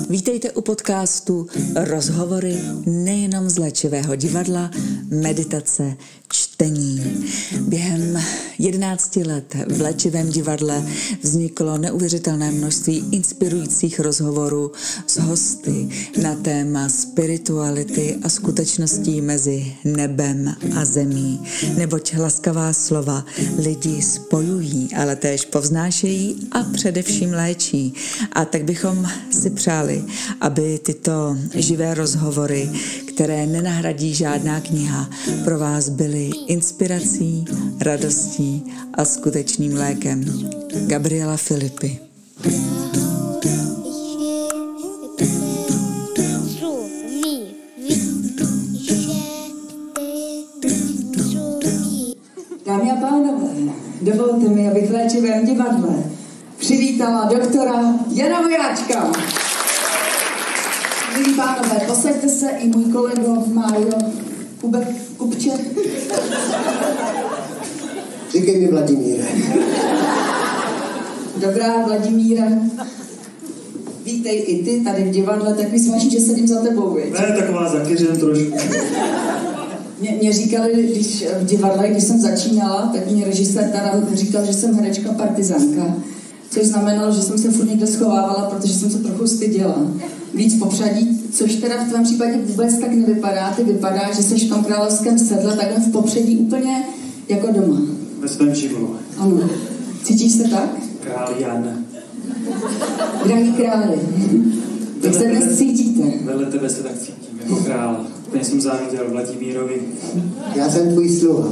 Vítejte u podcastu Rozhovory nejenom z léčivého divadla, meditace, čtení. Během 11 let v léčivém divadle vzniklo neuvěřitelné množství inspirujících rozhovorů s hosty na téma spirituality a skutečností mezi nebem a zemí. Neboť laskavá slova lidi spojují, ale též povznášejí a především léčí. A tak bychom si přáli, aby tyto živé rozhovory, které nenahradí žádná kniha, pro vás byly inspirací, radostí a skutečným lékem. Gabriela Filipy. Dámy a pánové, dovolte mi, abych v léčivém divadle přivítala doktora Jana Vojáčka. Milí pánové, posaďte se, i můj kolego Mário Kupče. Říkej mi Vladimíre. Dobrá, Vladimíre. Vítej i ty tady v divadle, tak mi sváží, že sedím za tebou, viď? Ne, taková zakyřen trošku. Mě říkali, když v divadle, když jsem začínala, tak mě režisér Tarant říkal, že jsem herečka partizánka. Což znamenalo, že jsem se furt někde schovávala, protože jsem se trochu styděla. Víc popředí, což teda v tvém případě vůbec tak nevypadá. Ty vypadá, že jsi v tom královském sedle takhle v popředí úplně jako doma. Ve svém živlu. Ano. Cítíš se tak? Král Jan. Drahý králi. Jak se dnes cítíte? Vedle tebe se tak cítím, jako král. Úplně jsem záviděl Vladimírovi. Já jsem tvůj sluha.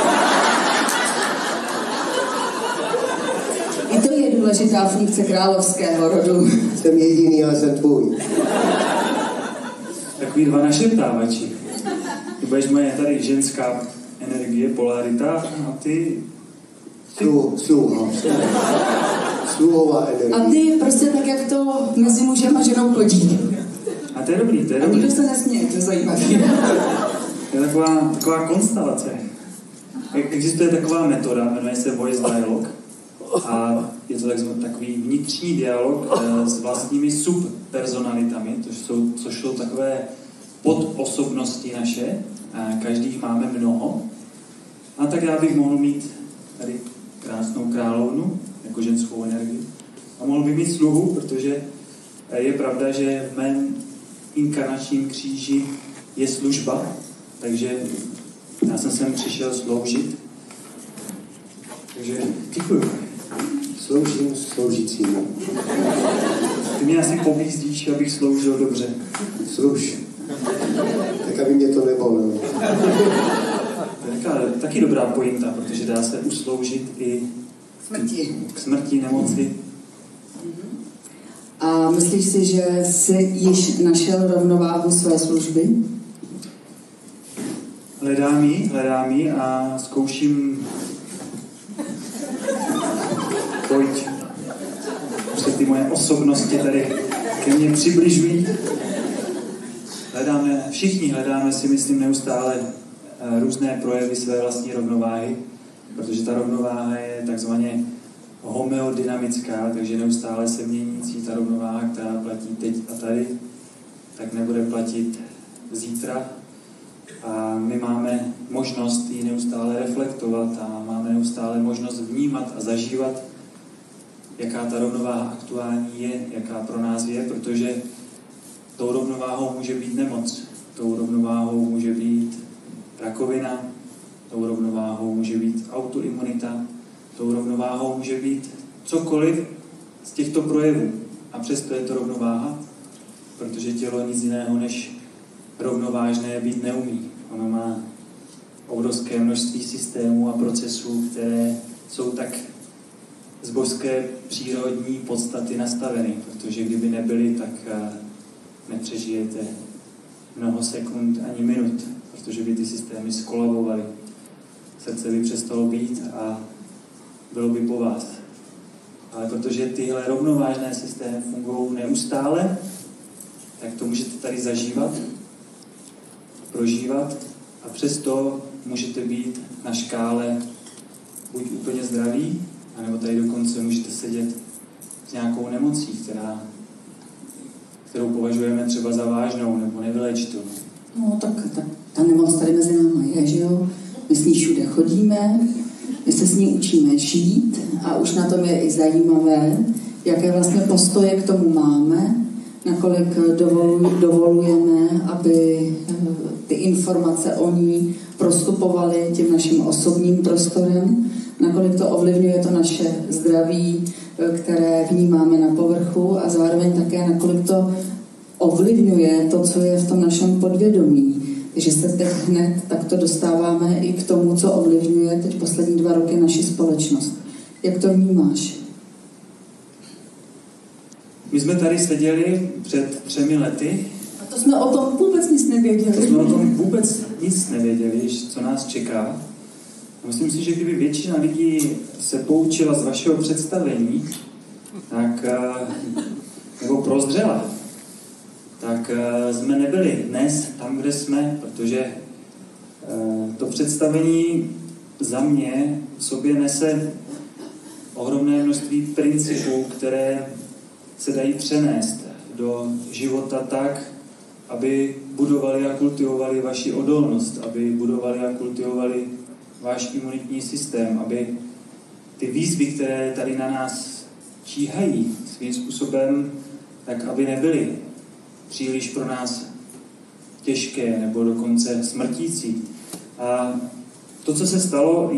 I to je důležitá funkce královského rodu. Jsem jediný, ale jsem tvůj. Takový dva našeptávači. Ty budeš moje tady ženská energie, polarita a ty... Sluha. Sluhová energie. A ty prostě tak, jak to mezi mužem a ženou chodí. A to je dobrý, to je A dobrý. nikdo se nesměje, to je zajímavé. To je taková konstelace. Existuje taková metoda, jmenuje se voice dialog. A je to takový vnitřní dialog s vlastními subpersonalitami, což jsou takové podosobnosti naše. Každý jich máme mnoho. A tak já bych mohl mít tady krásnou královnu, jako ženskou energii. A mohl bych mít sluhu, protože je pravda, že v mém inkarnačním kříži je služba, takže já jsem sem přišel sloužit. Takže děkuji. Sloužím sloužícímu. Ty mě asi pobízdíš, abych sloužil dobře. Služ. Tak, aby mě to nebolelo. To je taky dobrá pointa, protože dá se usloužit i k smrti, nemoci. A myslíš si, že jsi již našel rovnováhu své služby? Hledám ji a zkouším. Pojď. Už se ty moje osobnosti tady ke mně přibližují. Všichni hledáme si, myslím, neustále různé projevy své vlastní rovnováhy, protože ta rovnováha je takzvaně homeodynamická, takže neustále se měnící ta rovnováha, která platí teď a tady, tak nebude platit zítra. A my máme možnost ji neustále reflektovat a máme neustále možnost vnímat a zažívat, jaká ta rovnováha aktuální je, jaká pro nás je, protože tou rovnováhou může být nemoc, tou rovnováhou může být rakovina, tou rovnováhou může být autoimunita, tou rovnováhou může být cokoliv z těchto projevů. A přesto je to rovnováha, protože tělo nic jiného než rovnovážné být neumí. Ono má obrovské množství systémů a procesů, které jsou tak z božské přírodní podstaty nastaveny, protože kdyby nebyly, tak nepřežijete mnoho sekund ani minut, protože by ty systémy skolabovaly. Srdce by přestalo být a bylo by po vás. Ale protože tyhle rovnovážné systémy fungují neustále, tak to můžete tady zažívat, prožívat a přesto můžete být na škále buď úplně zdraví, anebo tady dokonce můžete sedět s nějakou nemocí, kterou považujeme třeba za vážnou nebo nevyléčitou. No tak ta nemoc tady mezi náma je, že jo? My s ní všude chodíme, my se s ní učíme žít a už na tom je i zajímavé, jaké vlastně postoje k tomu máme, nakolik dovolujeme, aby ty informace o ní prostupovaly tím naším osobním prostorem, nakolik to ovlivňuje to naše zdraví, které vnímáme na povrchu a zároveň také nakolik to ovlivňuje to, co je v tom našem podvědomí. Takže se teď hned takto dostáváme i k tomu, co ovlivňuje teď poslední 2 roky naši společnost. Jak to vnímáš? My jsme tady seděli před 3 lety. A to jsme o tom vůbec nic nevěděli. To jsme o tom vůbec nic nevěděli, co nás čeká. A myslím si, že kdyby většina lidí se poučila z vašeho představení, tak, nebo prozřela, tak jsme nebyli dnes tam, kde jsme, protože to představení za mě v sobě nese ohromné množství principů, které se dají přenést do života tak, aby budovali a kultivovali vaši odolnost, aby budovali a kultivovali váš imunitní systém, aby ty výzvy, které tady na nás číhají svým způsobem, tak aby nebyly příliš pro nás těžké nebo dokonce smrtící. A to, co se stalo,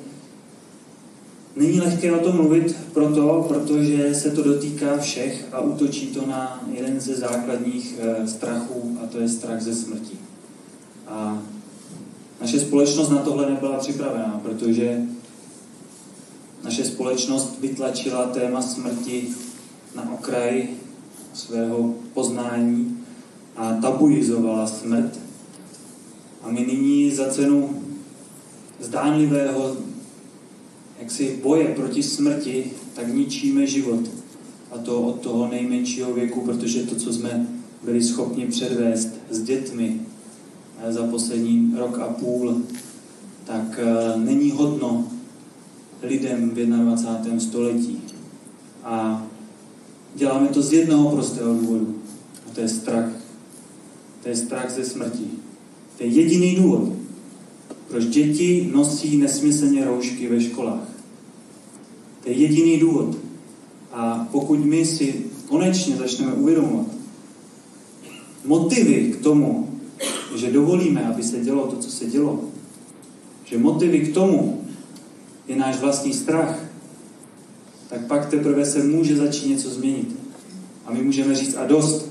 není lehké o tom mluvit protože se to dotýká všech a útočí to na jeden ze základních strachů, a to je strach ze smrti. A naše společnost na tohle nebyla připravená, protože naše společnost vytlačila téma smrti na okraj svého poznání a tabuizovala smrt. A my nyní za cenu zdánlivého boje proti smrti, tak ničíme život. A to od toho nejmenšího věku, protože to, co jsme byli schopni předvést s dětmi za poslední 1,5 roku, tak není hodno lidem v 21. století. A děláme to z jednoho prostého důvodu. A to je strach. To je strach ze smrti. To je jediný důvod, proč děti nosí nesmyslně roušky ve školách. To je jediný důvod. A pokud my si konečně začneme uvědomovat motivy k tomu, že dovolíme, aby se dělo to, co se dělo, že motivy k tomu je náš vlastní strach, tak pak teprve se může začít něco změnit. A my můžeme říct a dost.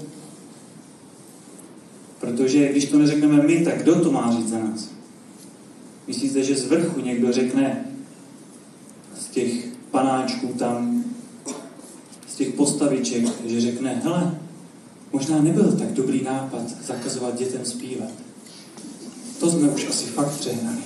Protože když to neřekneme my, tak kdo to má říct za nás? Myslíte, že z vrchu někdo řekne z těch panáčků tam, z těch postaviček, že řekne, hele, možná nebyl tak dobrý nápad zakazovat dětem zpívat. To jsme už asi fakt přehnali.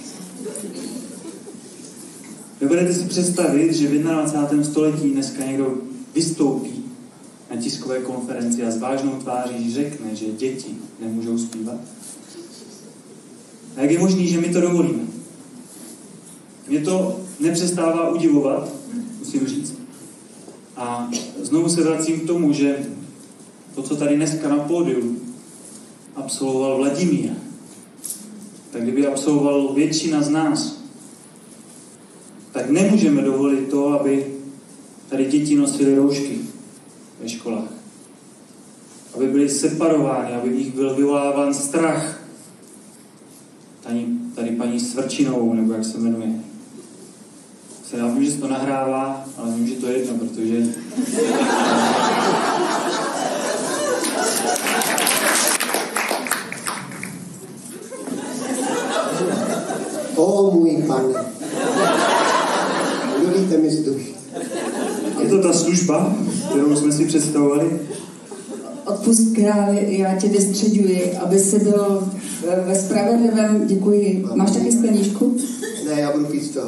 Dovedete si představit, že v 21. století dneska někdo vystoupí na tiskové konferenci a s vážnou tváří řekne, že děti nemůžou zpívat? A jak je možný, že my to dovolíme? Mě to nepřestává udivovat, musím říct. A znovu se vracím k tomu, že to, co tady dneska na pódiu absolvoval Vladimír, tak kdyby absolvoval většina z nás, tak nemůžeme dovolit to, aby tady děti nosily roušky ve školách. Aby byly separovány, aby v nich byl vyvoláván strach. Tady paní Svrčinovou, nebo jak se jmenuje. Já vím, že se to nahrává, ale vím, že to je jedno, protože... O můj pane, dolíte mi vzduch. Je to ta služba, kterou jsme si představovali? Odpust, králi, já tě vystředuji, aby si byl ve spravedlivém... Děkuji. Máš taky skleničku? Ne, já budu pít z toho.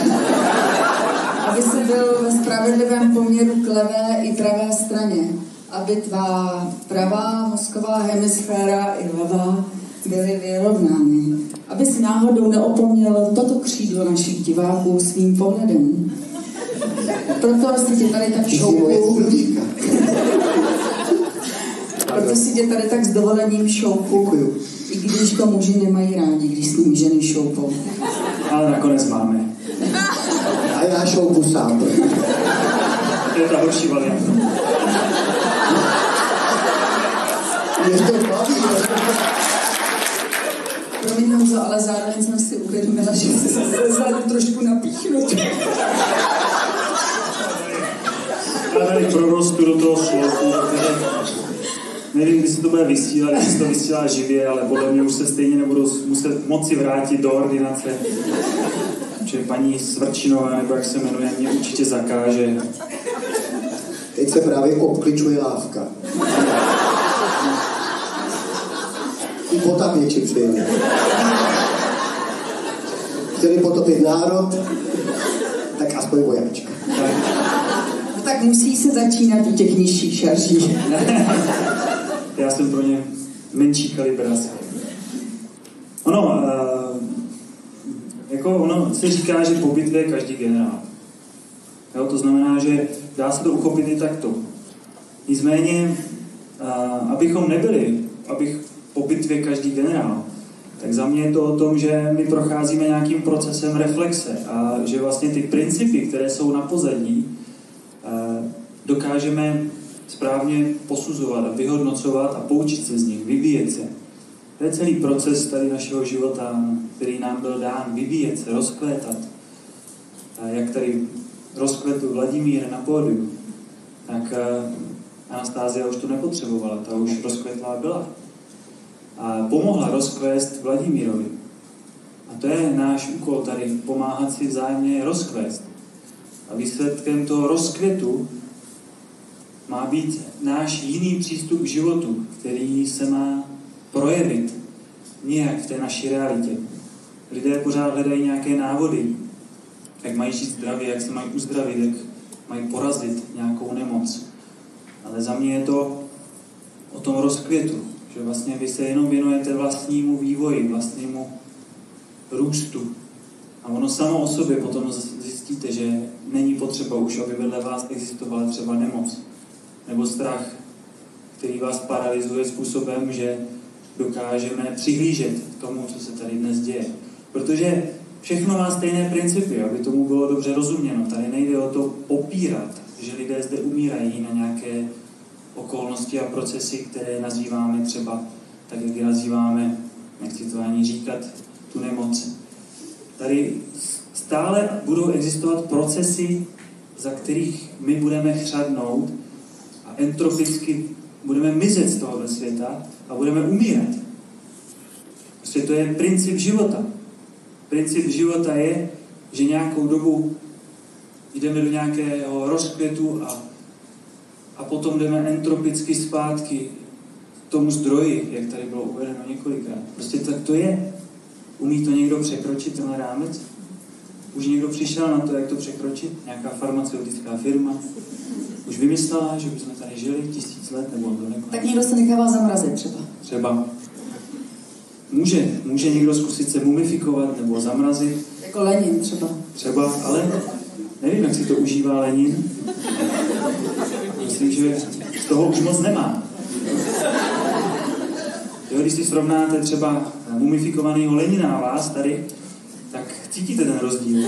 Aby si byl ve spravedlivém poměru k levé i pravé straně. Aby tvá pravá mozková hemisféra i levá byly vyrovnány. Aby si náhodou neopomněl toto křídlo našich diváků svým pohledem. Proto si tě tady tak šoupu. Proto si tě tady tak s dovolením šoupu. Děkuju. I když to muži nemají rádi, když s nimi ženy šoupou. Ale nakonec máme. A já šoupu sám. To je ta horší varianta. Mě to baví. Promiň, Honzo, ale zároveň jsem si uvědomila, že se zadu trošku napíchnout. Já tady prorostu do toho sloku, nevím, kdy se to bude vysílat, jestli se to vysílá živě, ale podle mě už se stejně nebudu muset moci vrátit do ordinace. Že paní Svrčinová, nebo jak se jmenuje, mě určitě zakáže. Teď se právě obkličuje lávka. I potaměči přijeli. Chtěli potopit národ, tak aspoň vojáčka. Tak musí se začínat u těch nižších šarží. Já jsem pro ně menší kalibr asi. Ono se říká, že po bitvě je každý generál. Jo, to znamená, že dá se to uchopit i takto. Nicméně, abychom nebyli, po bitvě každý generál, tak za mě je to o tom, že my procházíme nějakým procesem reflexe a že vlastně ty principy, které jsou na pozadí, dokážeme správně posuzovat a vyhodnocovat a poučit se z nich, vyvíjet se. To je celý proces tady našeho života, který nám byl dán, vyvíjet se, rozkvétat. A jak tady rozkvetl Vladimír na pódiu, tak Anastázia už to nepotřebovala, ta už rozkvetlá byla. A pomohla rozkvést Vladimírovi. A to je náš úkol tady, pomáhat si vzájemně rozkvést. A výsledkem toho rozkvětu má být náš jiný přístup k životu, který se má projevit nějak v té naší realitě. Lidé pořád hledají nějaké návody, jak mají žít zdravě, jak se mají uzdravit, jak mají porazit nějakou nemoc. Ale za mě je to o tom rozkvětu, že vlastně vy se jenom věnujete vlastnímu vývoji, vlastnímu růstu. A ono samo o sobě potom zjistíte, že není potřeba už, aby vedle vás existovala třeba nemoc nebo strach, který vás paralyzuje způsobem, že dokážeme přihlížet k tomu, co se tady dnes děje. Protože všechno má stejné principy, aby tomu bylo dobře rozuměno. Tady nejde o to popírat, že lidé zde umírají na nějaké okolnosti a procesy, které nazýváme třeba, tak jak je nazýváme, nechci to ani říkat, tu nemoc. Tady stále budou existovat procesy, za kterých my budeme chřadnout a entropicky budeme mizet z tohoto světa a budeme umírat. Prostě to je princip života. Princip života je, že nějakou dobu jdeme do nějakého rozkvětu a potom jdeme entropicky zpátky k tomu zdroji, jak tady bylo uvedeno několikrát. Prostě tak to je. Umí to někdo překročit ten rámec? Už někdo přišel na to, jak to překročit? Nějaká farmaceutická firma? Už vymyslela, že bychom tady žili 1000 let nebo do nekonečna? Tak někdo se nechává zamrazit třeba. Třeba. Může někdo zkusit se mumifikovat nebo zamrazit. Jako Lenin třeba. Třeba, ale nevím, jak si to užívá Lenin. Myslím, že z toho už moc nemá. Jo, když si srovnáte třeba mumifikovaného Lenina a vás tady, tak cítíte ten rozdíl.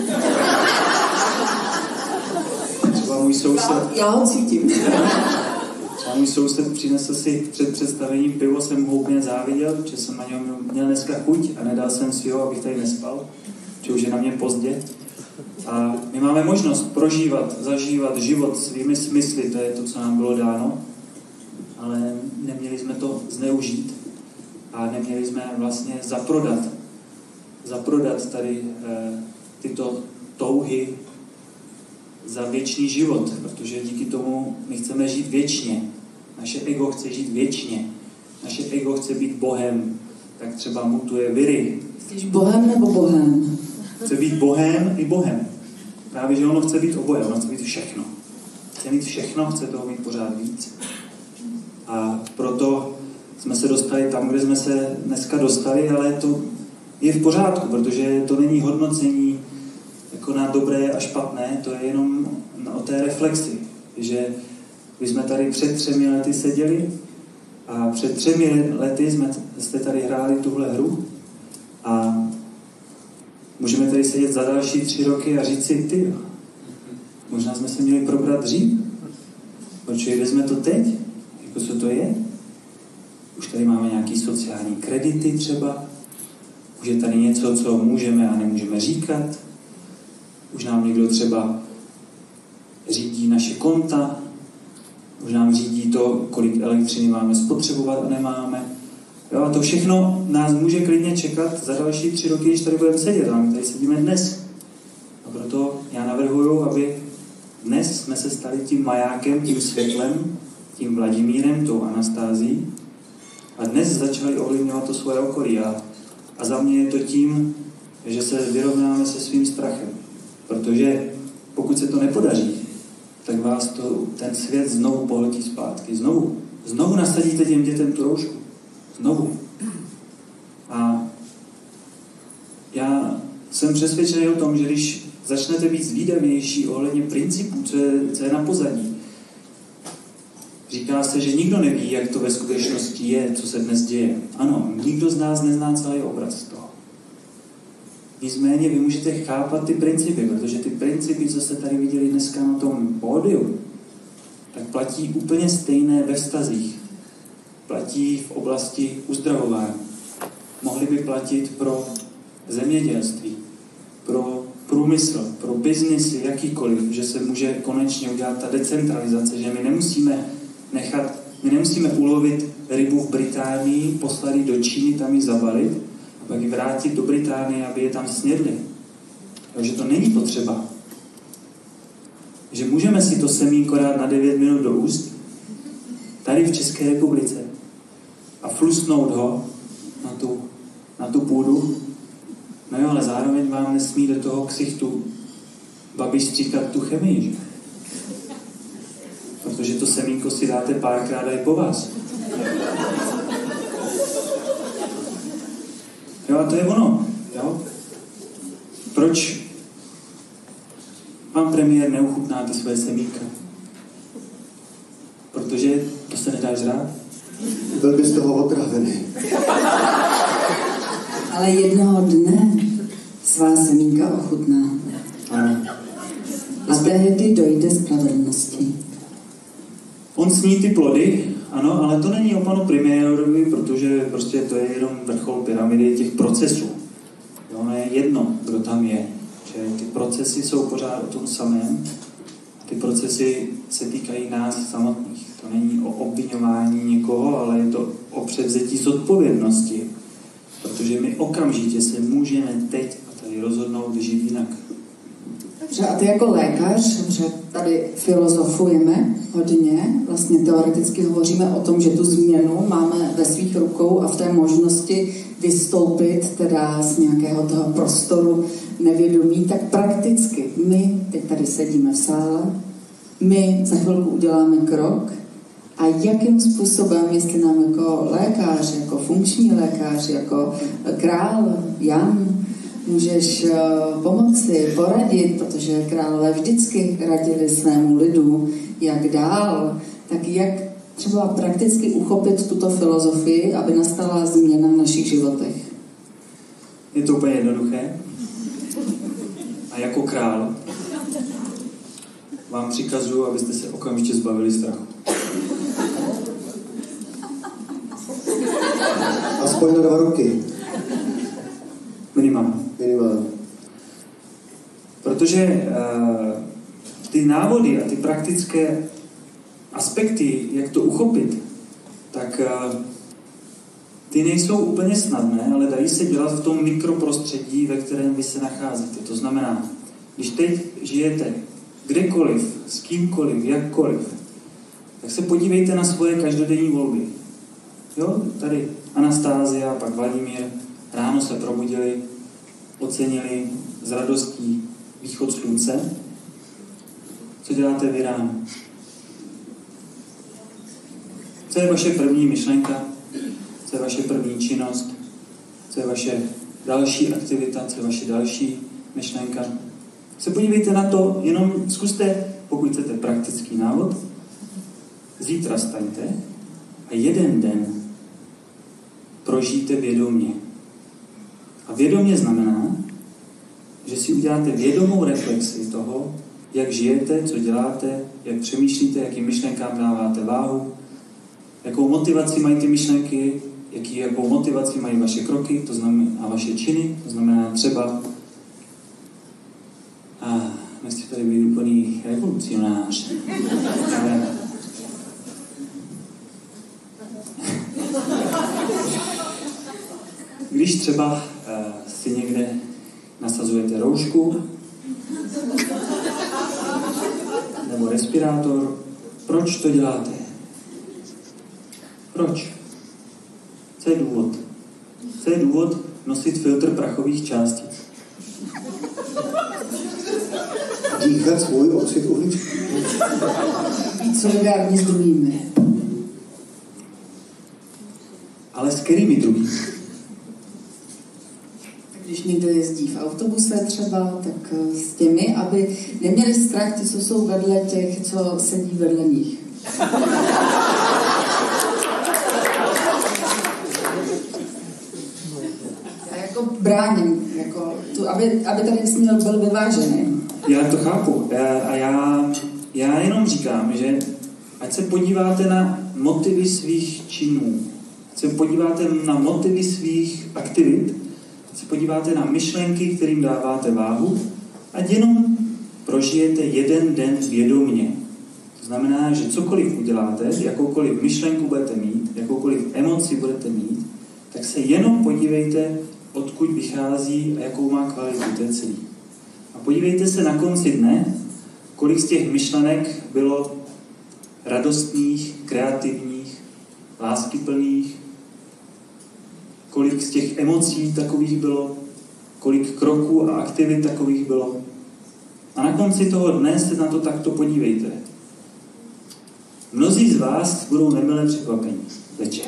Třeba můj soused... Já ho cítím. Třeba můj soused přinesl si před představením pivo, jsem ho úplně záviděl, že jsem na něm měl dneska chuť a nedal jsem si ho, abych tady nespal, že už je na mě pozdě. A my máme možnost prožívat, zažívat život svými smysly, to je to, co nám bylo dáno, ale neměli jsme to zneužít a neměli jsme vlastně zaprodat tady tyto touhy za věčný život, protože díky tomu my chceme žít věčně. Naše ego chce žít věčně. Naše ego chce být Bohem. Tak třeba mutuje viry. Jsi Bohem nebo Bohem? Chce být Bohem i Bohem. Právě, že ono chce být oboje, ono chce být všechno. Chce mít všechno, chce toho mít pořád víc. A proto jsme se dostali tam, kde jsme se dneska dostali, ale to je v pořádku, protože to není hodnocení jako na dobré a špatné, to je jenom o té reflexi, že my jsme tady před 3 lety seděli A před 3 lety jste tady hráli tuhle hru a můžeme tady sedět za další 3 roky a říct si, ty, možná jsme se měli probrat dřív. Počkej, kde jsme to teď? Jako co to je? Už tady máme nějaký sociální kredity třeba. Už je tady něco, co můžeme a nemůžeme říkat. Už nám někdo třeba řídí naše konta. Už nám řídí to, kolik elektřiny máme spotřebovat a nemáme. Jo, a to všechno nás může klidně čekat za další 3 roky, když tady budeme sedět. A my tady sedíme dnes. A proto já navrhuju, aby dnes jsme se stali tím majákem, tím světlem, tím Vladimírem, tou Anastází. A dnes začali ovlivňovat to svoje okolí. A za mě je to tím, že se vyrovnáme se svým strachem. Protože pokud se to nepodaří, tak vás ten svět znovu pohltí zpátky. Znovu nasadíte těm dětem tu roušku. Znovu. A já jsem přesvědčený o tom, že když začnete být zvídavější ohledně principů, co je na pozadí, říká se, že nikdo neví, jak to ve skutečnosti je, co se dnes děje. Ano, nikdo z nás nezná celý obraz z toho. Nicméně vy můžete chápat ty principy, protože ty principy, co jste tady viděli dneska na tom pódiu, tak platí úplně stejné ve vztazích. Platí v oblasti uzdravování. Mohly by platit pro zemědělství, pro průmysl, pro biznisy, jakýkoliv, že se může konečně udělat ta decentralizace, že my nemusíme ulovit rybu v Británii, poslat ji do Číny, tam ji zabalit, a pak ji vrátit do Británie, aby je tam snědli. Takže to není potřeba. Že můžeme si to semínko dát na 9 minut do úst, tady v České republice, a flusnout ho na tu půdu. No jo, ale zároveň vám nesmí do toho ksichtu Babiš stříkat tu chemii, že? Protože to semínko si dáte párkrát i po vás. Jo, a to je ono. Jo? Proč pan premiér neuchutná ty svoje semínka? Protože to se nedá žrát. Byl by z toho otrávený. Ale jednoho dne svá semínka ochutná. Ano. A tehdy dojde spravedlnosti. On sní ty plody, ano, ale to není o panu premiérovi, protože prostě to je jenom vrchol pyramidy těch procesů. Jo, ono je jedno, kdo tam je. Že ty procesy jsou pořád o tom samém. Ty procesy se týkají nás samotných. To není o obviňování někoho, ale je to o převzetí zodpovědnosti. Protože my okamžitě se můžeme teď a tady rozhodnout žít jinak. Dobře, a ty jako lékař, že tady filozofujeme hodně, vlastně teoreticky hovoříme o tom, že tu změnu máme ve svých rukou a v té možnosti vystoupit teda z nějakého toho prostoru nevědomí, tak prakticky my teď tady sedíme v sále, my za chvilku uděláme krok a jakým způsobem, jestli nám jako lékař, jako funkční lékař, jako král Jan, můžeš pomoci, poradit, protože králové vždycky radili svému lidu, jak dál, tak jak třeba prakticky uchopit tuto filozofii, aby nastala změna v našich životech. Je to úplně jednoduché. A jako král vám přikazuju, abyste se okamžitě zbavili strachu. Aspoň na 2 roky. Minimálně. Protože ty návody a ty praktické aspekty, jak to uchopit, tak ty nejsou úplně snadné, ale dají se dělat v tom mikroprostředí, ve kterém vy se nacházíte. To znamená, když teď žijete kdekoliv, s kýmkoliv, jakkoliv, tak se podívejte na svoje každodenní volby. Jo, tady Anastázia, pak Vladimír, ráno se probudili, ocenili s radostí východ slunce. Co děláte vy ráno? Co je vaše první myšlenka? Co je vaše první činnost? Co je vaše další aktivita? Co je vaše další myšlenka? Se podívejte na to, jenom zkuste, pokud chcete praktický návod, zítra staňte a a jeden den prožijte vědomě. A vědomě znamená, že si uděláte vědomou reflexi toho, jak žijete, co děláte, jak přemýšlíte, jakým myšlenkám dáváte váhu, jakou motivaci mají ty myšlenky, jakou motivaci mají vaše kroky, to znamená a vaše činy, to znamená třeba nechci tady být úplný revolucionář. Když třeba si někde nasazujete roušku nebo respirátor, proč to děláte? Proč? Co je důvod? Co je důvod nosit filtr prachových částic? Dýchat svůj oxid uhličitý. Být solidární s druhými. Ale s kterými druhými? Když někdo jezdí v autobuse třeba, tak s těmi, aby neměli strach ty, co jsou vedle těch, co sedí vedle nich. A jako bráním, jako tu, aby ten směl byl vyvážený. Já to chápu. Já jenom říkám, že ať se podíváte na motivy svých činů, ať se podíváte na motivy svých aktivit, ať se podíváte na myšlenky, kterým dáváte váhu, ať jenom prožijete jeden den vědomně. To znamená, že cokoliv uděláte, jakoukoliv myšlenku budete mít, jakoukoliv emoci budete mít, tak se jenom podívejte, odkud vychází a jakou má kvalitu, to je celý. A podívejte se na konci dne, kolik z těch myšlenek bylo radostných, kreativních, láskyplných, kolik z těch emocí takových bylo, kolik kroků a aktivit takových bylo. A na konci toho dne se na to takto podívejte. Mnozí z vás budou nemile překvapení večer.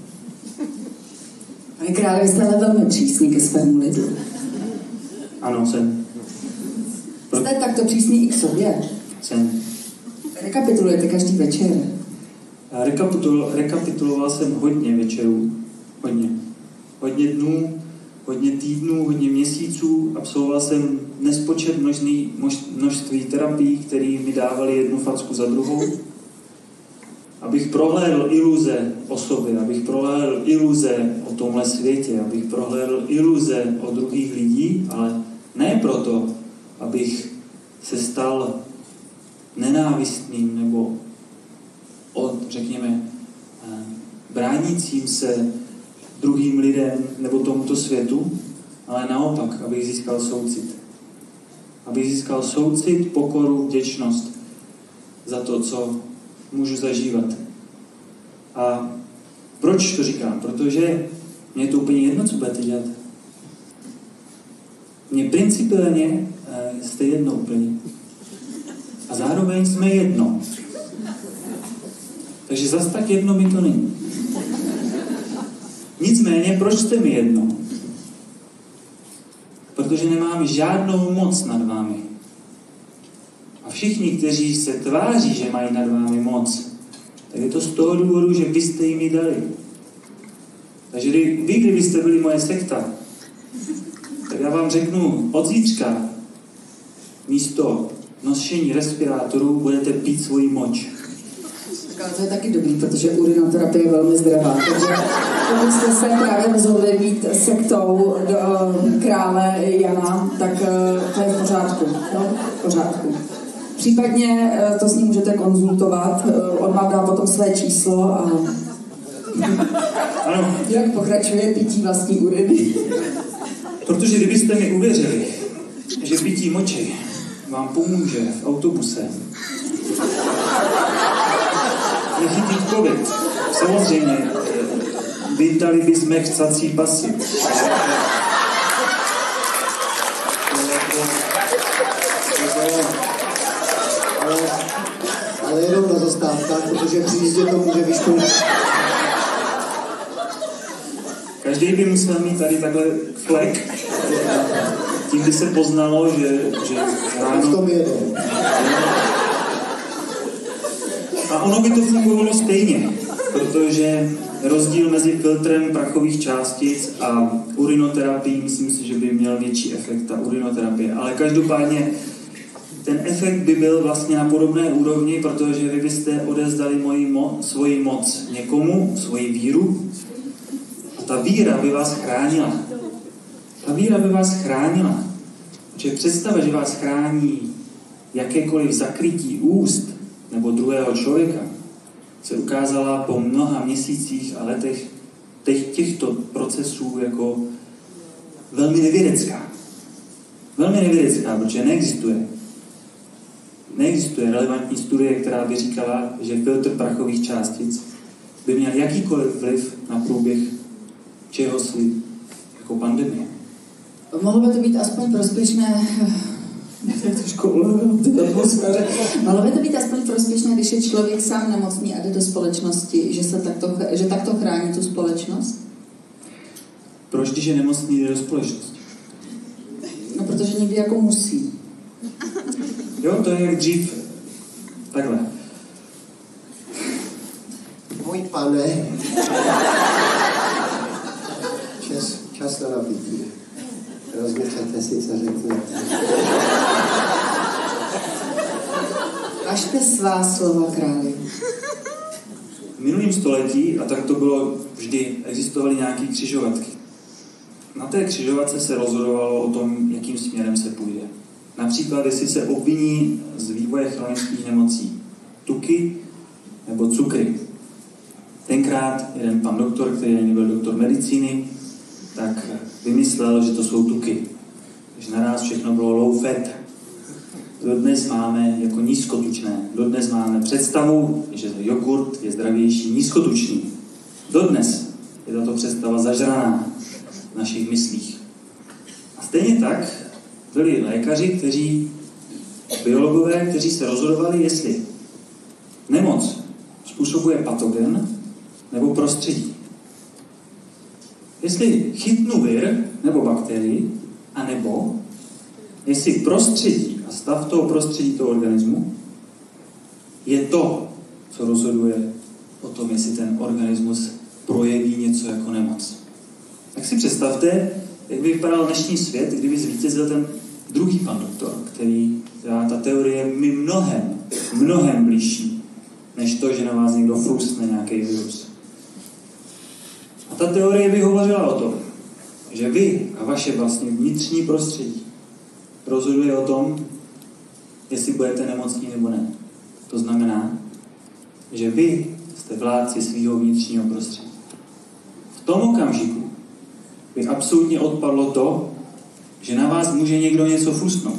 Pane králi, vy jste ale velmi přísný ke svému lidu. Ano, jsem. Jste takto přísný i k sobě. Jsem. Rekapitulujete každý večer. Rekapituloval jsem hodně večerů. Hodně dnů, hodně týdnů, hodně měsíců. Absolvoval jsem nespočet množství terapií, které mi dávaly jednu facku za druhou. Abych prohlédl iluze o sobě, abych prohlédl iluze o tomhle světě, abych prohlédl iluze o druhých lidí, ale ne proto, abych se stal nenávistným nebo řekněme, bránícím se druhým lidem nebo tomuto světu, ale naopak, abych získal soucit. Abych získal soucit, pokoru, vděčnost za to, co můžu zažívat. A proč to říkám? Protože mě je to úplně jedno, co budete dělat. Mně principiálně jste jedno úplně. A zároveň jsme jedno. Takže zas tak jedno mi to není. Nicméně, proč jste mi jedno? Protože nemám žádnou moc nad vámi. A všichni, kteří se tváří, že mají nad vámi moc, tak je to z toho důvodu, že vy jste jim ji dali. Takže vy, kdybyste byli moje sekta, tak já vám řeknu, od zítřka místo nošení respirátorů budete pít svoji moč. Ale to je taky dobrý, protože urinoterapie je velmi zdravá. Takže pokud jste se právě rozhodli být sektou do krále Jana, tak to je v pořádku. No, v pořádku. Případně to s ním můžete konzultovat. On vám dá potom své číslo a ano. Jak pokračuje pití vlastní uriny. Protože kdybyste mi uvěřili, že pití moči vám pomůže v autobuse nechytit covid, samozřejmě vydali bychom chcací pasy. Ale jenom na zastávkách, protože při jízdě to může vyškolit. Každý by musel mít tady takhle flek, tím by se poznalo, že ráno... V tom jede. A ono by to fungovalo stejně. protože rozdíl mezi filtrem prachových částic a urinoterapií, myslím si, že by měl větší efekt ta urinoterapie. Ale každopádně ten efekt by byl vlastně na podobné úrovni, protože vy byste odezdali svoji moc někomu, svoji víru, a ta víra by vás chránila. Ta víra by vás chránila. Protože představa, že vás chrání jakékoliv zakrytí úst nebo druhého člověka, se ukázala po mnoha měsících a letech těchto procesů jako velmi nevědecká. Velmi nevědecká, protože neexistuje relevantní studie, která by říkala, že filtr prachových částic by měl jakýkoliv vliv na průběh čehosi jako pandemie. Mohlo by to být aspoň prospěšné, mohlo by to být aspoň prospěšné, když je člověk sám nemocný a jde do společnosti, že takto chrání tu společnost? Proč, když je nemocný, jde do společnosti? No, protože někdy jako musí. Jo, to je jak dřív. Takhle. Můj pane, čas na napití. Rozmyslete si, co řeknete. Vašte svá slova, králi. V minulém století, a tak to bylo vždy, existovaly nějaké křižovatky. Na té křižovatce se rozhodovalo o tom, jakým směrem se půjde. Například, jestli se obviní z vývoje chronických nemocí tuky nebo cukry. Tenkrát jeden pan doktor, který ani byl doktor medicíny, tak vymyslel, že to jsou tuky. Takže naraz všechno bylo low fat. Dodnes máme jako nízkotučné. Dodnes máme představu, že jogurt je zdravější nízkotučný. Dodnes je tato představa zažraná v našich myslích. A stejně tak byli lékaři, biologové, kteří se rozhodovali, jestli nemoc způsobuje patogen nebo prostředí. Jestli chytnu vir nebo bakterii, anebo jestli prostředí a stav toho prostředí toho organismu je to, co rozhoduje o tom, jestli ten organismus projeví něco jako nemoc. Tak si představte, jak by vypadal dnešní svět, kdyby zvítězil ten druhý pan doktor, ta teorie je mi mnohem blížší, než to, že na vás někdo frustne nějaký virus. A ta teorie by hovořila o tom, že vy a vaše vlastně vnitřní prostředí rozhoduje o tom, jestli budete nemocní nebo ne. To znamená, že vy jste vládci svého vnitřního prostředí. V tom okamžiku by absolutně odpadlo to, že na vás může někdo něco fustnout.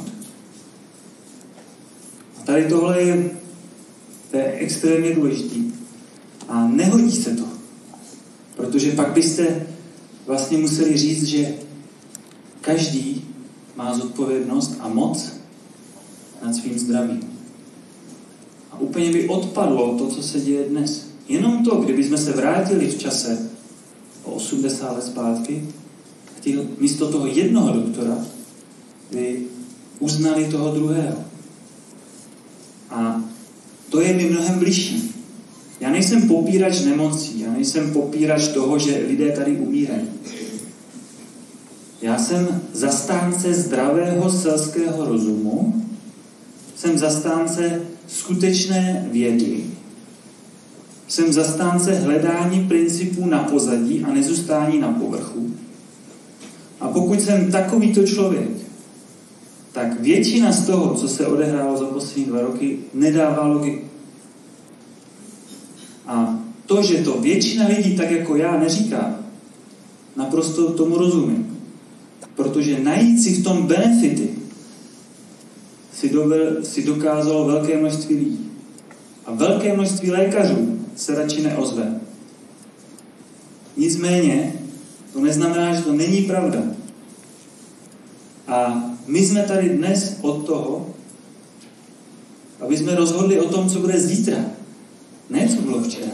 A tady tohle je extrémně důležitý. A nehodí se to. Protože pak byste vlastně museli říct, že každý má zodpovědnost a moc nad svým zdravím. A úplně by odpadlo to, co se děje dnes. Jenom to, kdybychom se vrátili v čase o 80 let zpátky, místo toho jednoho doktora by uznali toho druhého. A to je mi mnohem bližší. Já nejsem popírač nemocí, já nejsem popírač toho, že lidé tady umírají. Já jsem zastánce zdravého selského rozumu, jsem zastánce skutečné vědy, jsem zastánce hledání principů na pozadí a nezůstání na povrchu. A pokud jsem takovýto člověk, tak většina z toho, co se odehrálo za poslední 2 roky, nedává logiku. A to, že to většina lidí tak jako já neříká, naprosto tomu rozumím. Protože najít si v tom benefity si dokázalo velké množství lidí. A velké množství lékařů se radši neozve. Nicméně, to neznamená, že to není pravda. A my jsme tady dnes od toho, aby jsme rozhodli o tom, co bude zítra. Ne, co bylo včera.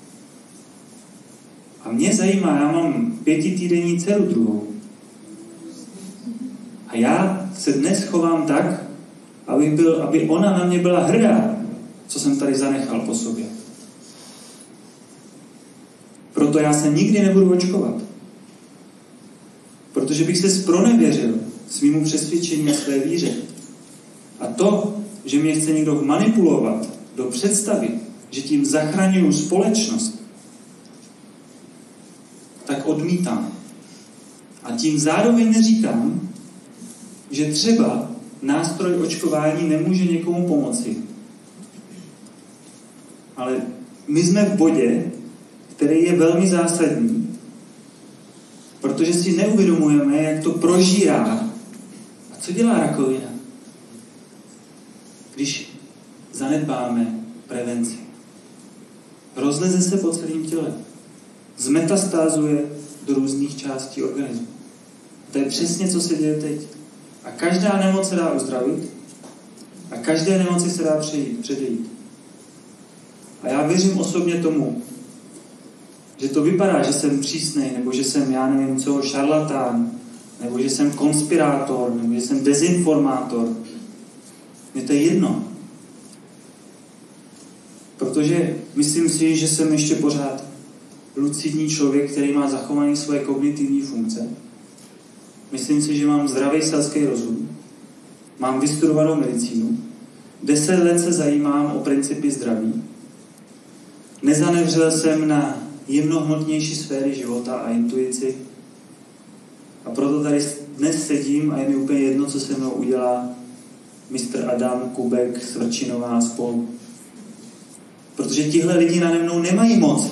A mě zajímá, já mám 5týdenní dceru druhou. A já se dnes chovám tak, aby ona na mě byla hrdá, co jsem tady zanechal po sobě. proto já se nikdy nebudu očkovat. Protože bych se zpronevěřil svýmu přesvědčení a své víře. A to, že mě chce někdo manipulovat do představy, že tím zachraňuju společnost, tak odmítám. A tím zároveň neříkám, že třeba nástroj očkování nemůže někomu pomoci. Ale my jsme v bodě, který je velmi zásadní, protože si neuvědomujeme, jak to prožírá. A co dělá rakovina? Když zanedbáme prevenci. Rozleze se po celém těle. Zmetastázuje do různých částí organismu. To je přesně, co se děje teď. A každá nemoc se dá uzdravit a každé nemoci se dá předejít. A já věřím osobně tomu, že to vypadá, že jsem přísnej, nebo že jsem, já nevím co, šarlatán, nebo že jsem konspirátor, nebo že jsem dezinformátor. Mně to je jedno. Protože myslím si, že jsem ještě pořád lucidní člověk, který má zachovaný svoje kognitivní funkce. Myslím si, že mám zdravý selský rozum. Mám vystudovanou medicínu. 10 let se zajímám o principy zdraví. Nezanevřel jsem na jemnohmotnější sféry života a intuici. A proto tady dnes sedím a je mi úplně jedno, co se mnou udělá mistr Adam, Kubek, Svrčinová a spol. Protože tihle lidi nade mnou nemají moc.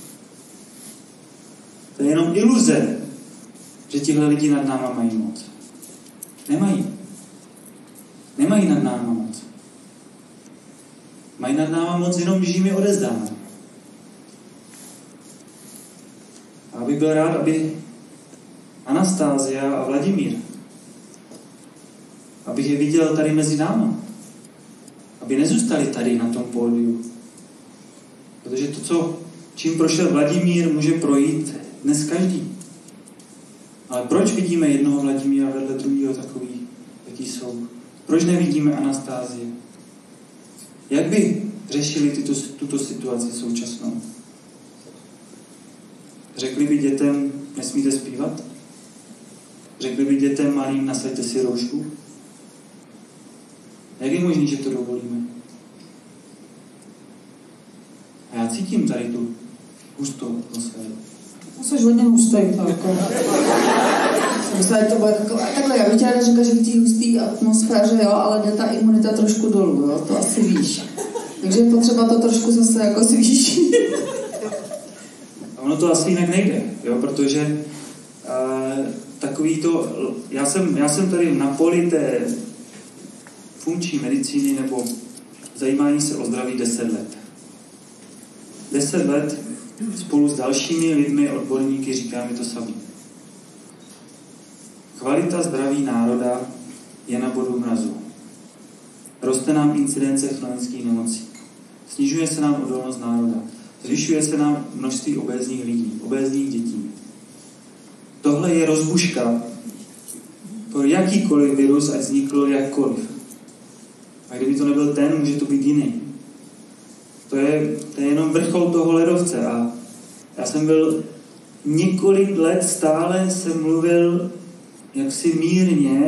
To je jenom iluze, že tihle lidi nad náma mají moc. Nemají. Nemají nad náma moc. Mají nad náma moc jenom, když jim je odezdáme. A abych byl rád, aby Anastázia a Vladimír, abych je viděl tady mezi náma. Aby nezůstali tady na tom pódiu. Protože to, čím prošel Vladimír, může projít dnes každý. Ale proč vidíme jednoho Vladimíra vedle druhého takový, jaký jsou? Proč nevidíme Anastázie? Jak by řešili tuto situaci současnou? Řekli by dětem, nesmíte zpívat? Řekli by dětem malým, nasaďte si roušku? Jak je možné, že to dovolíme? A já cítím tady tu hustou atmosféru. Jsi hodně hustý, to jako. Myslím, to bude takhle, já bych tě ráda řekla, že v té husté atmosféře, jo, ale jde ta imunita trošku dolů, jo, to asi víš. Takže je potřeba to trošku zase jako zvýšit. A ono to asi jinak nejde, jo, protože takový to, já jsem tady na poli té funkční medicíny nebo zajímání se o zdraví 10 let. 10 let spolu s dalšími lidmi, odborníky, říká mi to samý. Kvalita zdraví národa je na bodu mrazu. Roste nám incidence chronických nemocí. Snižuje se nám odolnost národa. Zvyšuje se nám množství obézních lidí, obézních dětí. Tohle je rozbuška pro jakýkoliv virus, ať vzniklo jakkoliv. A kdyby to nebyl ten, může to být jiný. To je jenom vrchol toho ledovce. A já jsem byl několik let, stále jsem mluvil jaksi mírně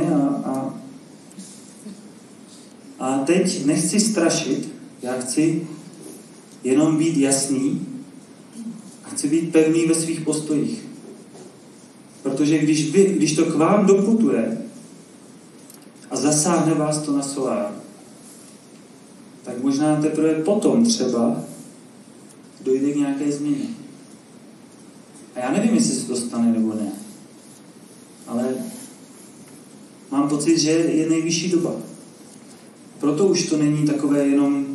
a teď nechci strašit, já chci jenom být jasný a chci být pevný ve svých postojích. Protože když to k vám doputuje a zasáhne vás to na solár, tak možná teprve potom třeba dojde k nějaké změně. A já nevím, jestli se to stane nebo ne. Ale mám pocit, že je nejvyšší doba. Proto už to není takové jenom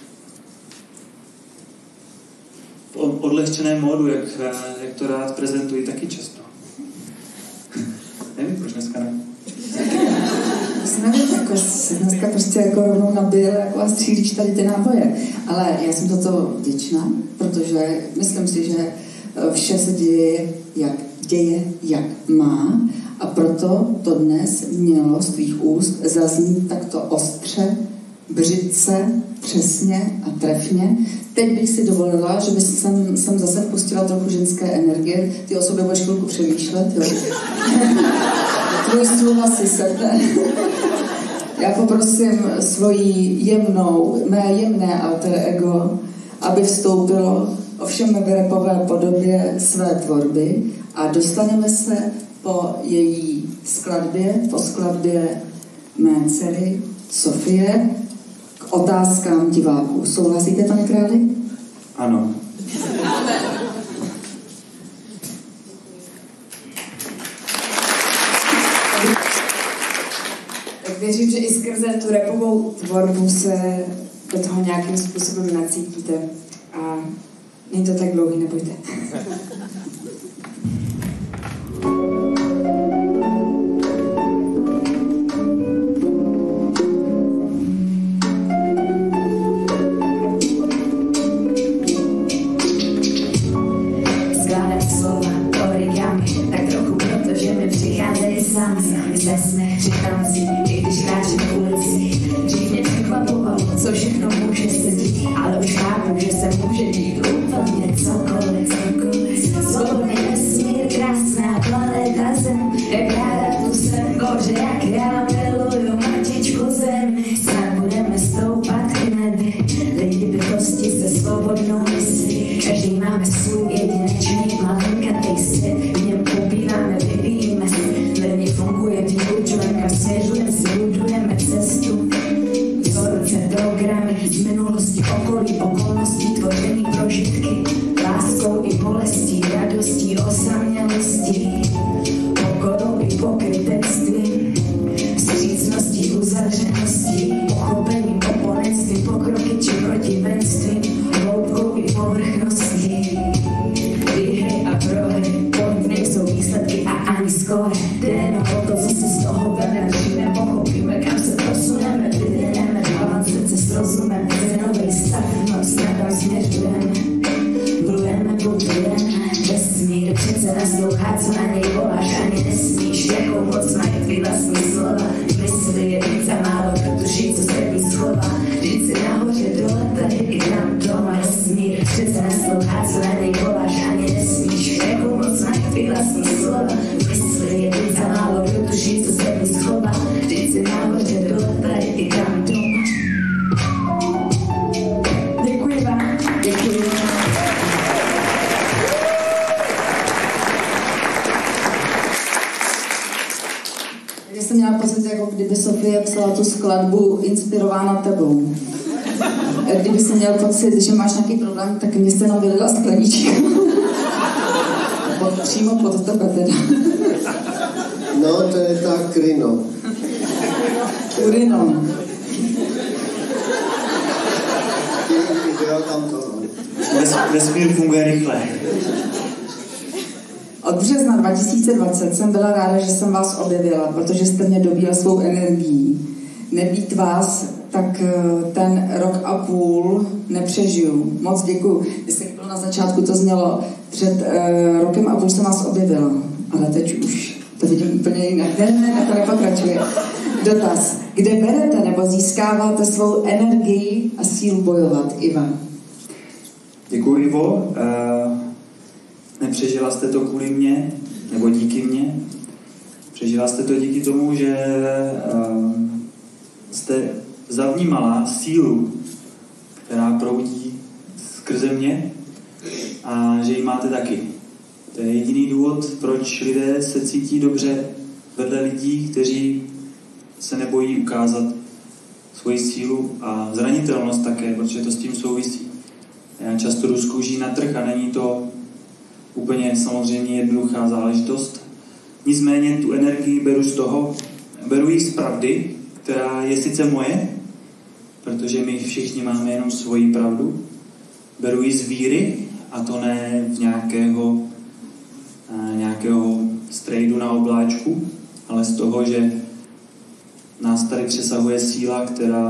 v odlehčeném módu, jak to rád prezentuji taky často. Nevím, proč dneska ne. Nevím, jako dneska prostě jako rovnou nabil jako a střílíš tady ty náboje. Ale já jsem za to vděčná, protože myslím si, že vše se děje, jak má, a proto to dnes mělo z tvých úst zaznít takto ostře, břitce, přesně a trefně. Teď bych si dovolila, že jsem zase pustila trochu ženské energie. Ty o sobě budeš chvilku přemýšlet, jo. Tvůj stůl asi sedne. Já poprosím mé jemné alter ego, aby vstoupilo ovšem v rapové podobě své tvorby a dostaneme se po její skladbě, po skladbě mé dcery Sofie k otázkám diváků. Souhlasíte, pane králi? Ano. Tak věřím, že i skrze tu rapovou tvorbu se do toho nějakým způsobem nacítíte. A není to tak dlouhý, nebojte. Říkám si, i když kráčím v ulici, dřív mě překvapovalo, co všechno může se dít, ale už chápu, že se může dít úplně cokoliv. Svobodný vesmír, krásná planeta Zem, jak ráda tu jsem, bože, jak já miluju matičku Zem. Snad budeme stoupat k nebi, lidi bytosti se svobodnou myslí, každý máme svůj jedinečný malinkatý svět, v něm pobýváme, vyvíjíme se, velmi funguje, vyučujeme, kam směřujeme, si budujeme cestu. Vzorce, programy, z minulosti, okolí, okolností, tvoření prožitky, láskou i bolestí, radostí, osamělostí, pokorou i pokrytectvím, vstřícností, uzavřeností, pochopením, oponenství, pokroky či protivenstvím, hloubkou i povrchností. Výhry a prohry, point nejsou výsledky a ani skóre. Jde jenom o to, co si z toho veme, přijme, pochopíme, kam se posuneme, vydeneme, balans srdce s rozumem, cenový stav, no snad tam směřujeme. Blujeme, budujeme, vesmír přece naslouchá, co na něj voláš, ani nesmíš, jakou moc mají tvý vlastní slova. Mysli je víc a málo, kdo tuší, co se tebí schová. Vždyť si nahoře dole, tady i tam doma. Vesmír přece naslouchá, co na něj voláš, ani nesmíš, jakou moc mají tvý vlastní slova. Mysli je víc a málo, kdo tuší, co se tebí schová. Vždyť si nahoře dole, tady i tam doma. Děkuji vám. Děkuji. Já jsem měla pocit, jako kdyby Sofie psala tu skladbu inspirována tebou. Kdyby jsi měl pocit, že máš nějaký problém, tak mě jste navylila skleničku. Přímo pod tebe teda. No, to je ta Krino. Urino. Dělal tam to. Vesmír funguje rychle. Od března 2020 jsem byla ráda, že jsem vás objevila, protože jste mě dobíjela svou energií. Nebýt vás, tak ten rok a půl nepřežiju. Moc děkuju. Když se bylo na začátku, to znělo, před rokem a půl jsem vás objevila, ale teď už to vidím úplně jinak. Ne, to nepokračuje. Dotaz. Kde berete nebo získáváte svou energii a sílu bojovat, Iva? Děkuji, Ivo. Nepřežila jste to kvůli mně, nebo díky mně. Přežila jste to díky tomu, že jste zavnímala sílu, která proudí skrze mě a že ji máte taky. To je jediný důvod, proč lidé se cítí dobře vedle lidí, kteří se nebojí ukázat svoji sílu a zranitelnost také, protože to s tím souvisí. Já často jdu z kůží na trh a není to úplně samozřejmě jednoduchá záležitost. Nicméně tu energii beru z toho, beru ji z pravdy, která je sice moje, protože my všichni máme jenom svoji pravdu. Beru ji z víry, a to ne v nějakého strejdu na obláčku, ale z toho, že nás tady přesahuje síla,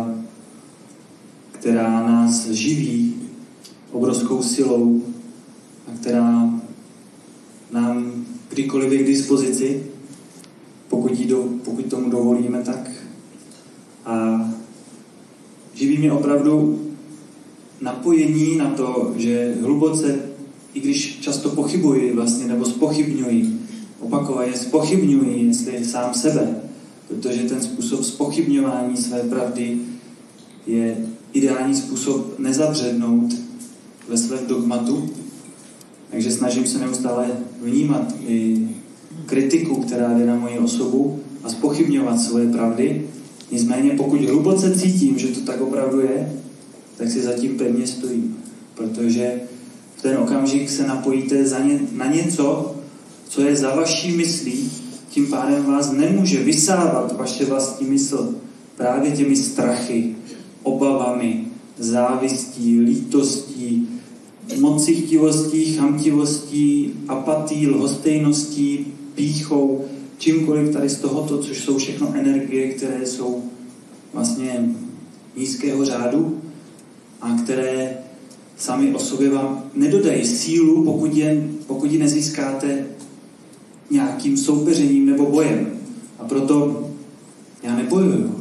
která nás živí obrovskou silou a která nám kdykoliv je k dispozici, pokud tomu dovolíme tak. A živí mě opravdu napojení na to, že hluboce, i když často pochybuji vlastně, nebo zpochybňuji, opakovaně zpochybňuji, jestli sám sebe, protože ten způsob zpochybňování své pravdy je ideální způsob nezabřednout ve svém dogmatu. Takže snažím se neustále vnímat i kritiku, která jde na moji osobu a zpochybňovat svoje pravdy. Nicméně pokud hluboce cítím, že to tak opravdu je, tak si zatím pevně stojím. Protože v ten okamžik se napojíte na něco, co je za vaší myslí, tím pádem vás nemůže vysávat vaše vlastní mysl právě těmi strachy, obavami, závistí, lítostí, mocichtivostí, chamtivostí, apatí, lhostejností, pýchou, čímkoliv tady z tohoto, což jsou všechno energie, které jsou vlastně nízkého řádu a které sami o sobě vám nedodají sílu, pokud ji nezískáte nějakým soupeřením nebo bojem. A proto já nebojuju.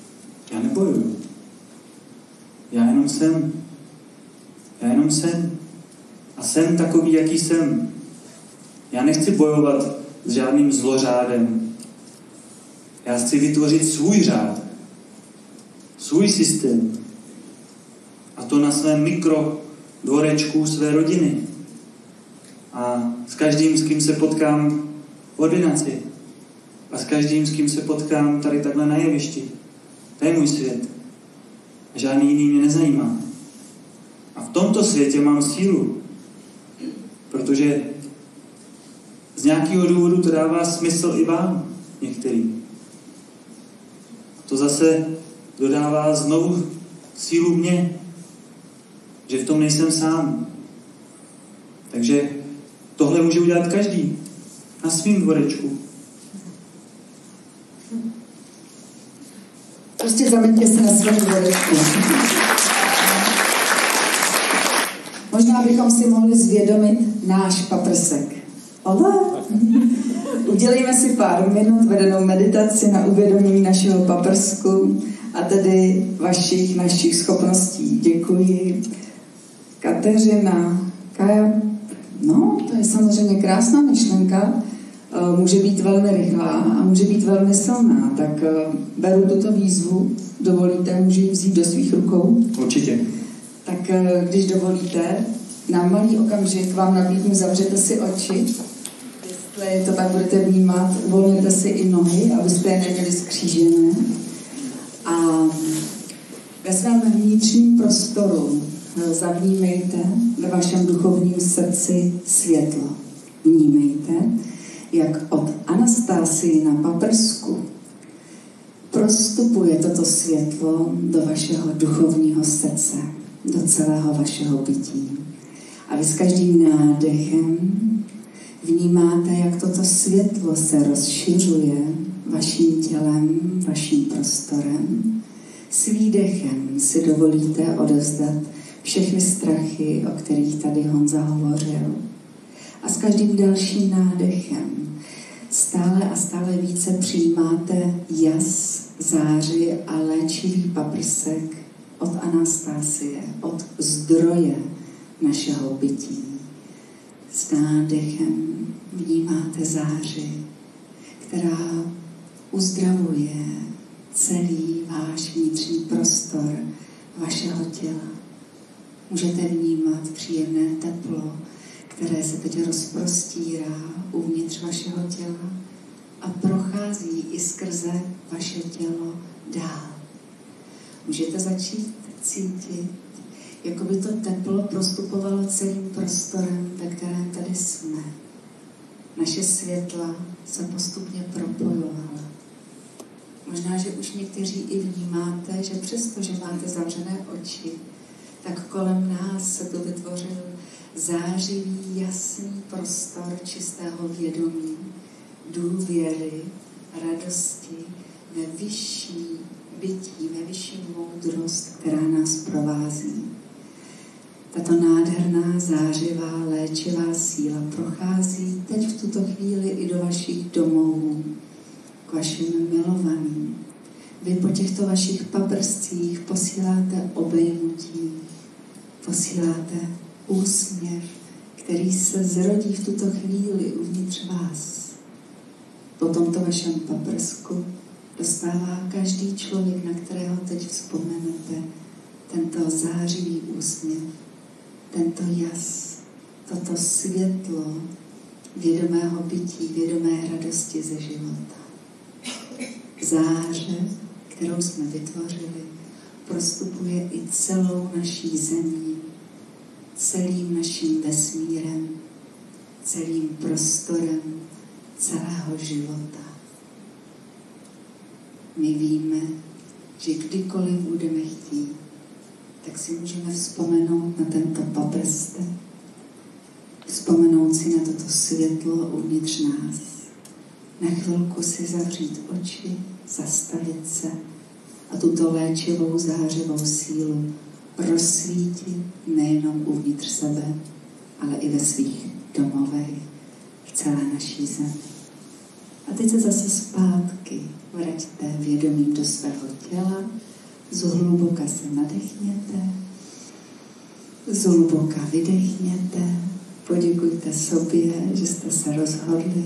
Já jenom jsem. A jsem takový, jaký jsem. Já nechci bojovat s žádným zlořádem. Já chci vytvořit svůj řád. Svůj systém. A to na svém mikrodvorečku své rodiny. A s každým, s kým se potkám v ordinaci. A s každým, s kým se potkám tady takhle na jevišti. To je můj svět. A žádný jiný mě nezajímá. A v tomto světě mám sílu. Protože z nějakého důvodu to dává smysl i vám, některým. A to zase dodává znovu sílu mně, že v tom nejsem sám. Takže tohle může udělat každý na svým dvorečku. Prostě zaměťte se na svém dvorečku. Možná bychom si mohli zvědomit náš paprsek. Ale udělejme si pár minut vedenou meditaci na uvědomění našeho paprsku a tedy našich schopností. Děkuji. Kateřina, Kaja. No, to je samozřejmě krásná myšlenka. Může být velmi rychlá a může být velmi silná. Tak beru tuto výzvu. Dovolíte, můžu ji vzít do svých rukou? Určitě. Tak když dovolíte, na malý okamžik vám nabídnu, zavřete si oči. Jestli to tak budete vnímat, uvolněte si i nohy, abyste je neměli skřížené. A ve svém vnitřním prostoru zavnímejte ve vašem duchovním srdci světlo. Vnímejte, jak od Anastásie na paprsku prostupuje toto světlo do vašeho duchovního srdce, do celého vašeho bytí. A vy s každým nádechem vnímáte, jak toto světlo se rozšiřuje vaším tělem, vaším prostorem. S výdechem si dovolíte odevzdat všechny strachy, o kterých tady Honza hovořil. A s každým dalším nádechem stále a stále více přijímáte jas, záři a léčivý paprsek od Anastásie, od zdroje našeho bytí. S nádechem vnímáte záři, která uzdravuje celý váš vnitřní prostor vašeho těla. Můžete vnímat příjemné teplo, které se teď rozprostírá uvnitř vašeho těla a prochází i skrze vaše tělo dál. Můžete začít cítit, jako by to teplo prostupovalo celým prostorem, ve kterém tady jsme. Naše světla se postupně propojovala. Možná, že už někteří i vnímáte, že přesto, že máte zavřené oči, tak kolem nás se tu vytvořil zářivý, jasný prostor čistého vědomí, důvěry, radosti ve vyšší bytí, ve vyšší moudrost, která nás provází. Tato nádherná, zářivá, léčivá síla prochází teď v tuto chvíli i do vašich domovů, k vašim milovaným. Vy po těchto vašich paprscích posíláte obejmutí, posíláte úsměv, který se zrodí v tuto chvíli uvnitř vás. Po tomto vašem paprsku dostává každý člověk, na kterého teď vzpomenete, tento zářivý úsměv, tento jas, toto světlo vědomého bytí, vědomé radosti ze života. Záře, kterou jsme vytvořili, prostupuje i celou naší zemí, celým naším vesmírem, celým prostorem celého života. My víme, že kdykoliv budeme chtít, tak si můžeme vzpomenout na tento paprstek, vzpomenout si na toto světlo uvnitř nás, na chvilku si zavřít oči, zastavit se a tuto léčivou zářivou sílu rozsvítit nejenom uvnitř sebe, ale i ve svých domovech, v celé naší zemi. A teď se zase zpátky vraťte vědomím do svého těla, zhluboka se nadechněte, zhluboka vydechněte, poděkujte sobě, že jste se rozhodli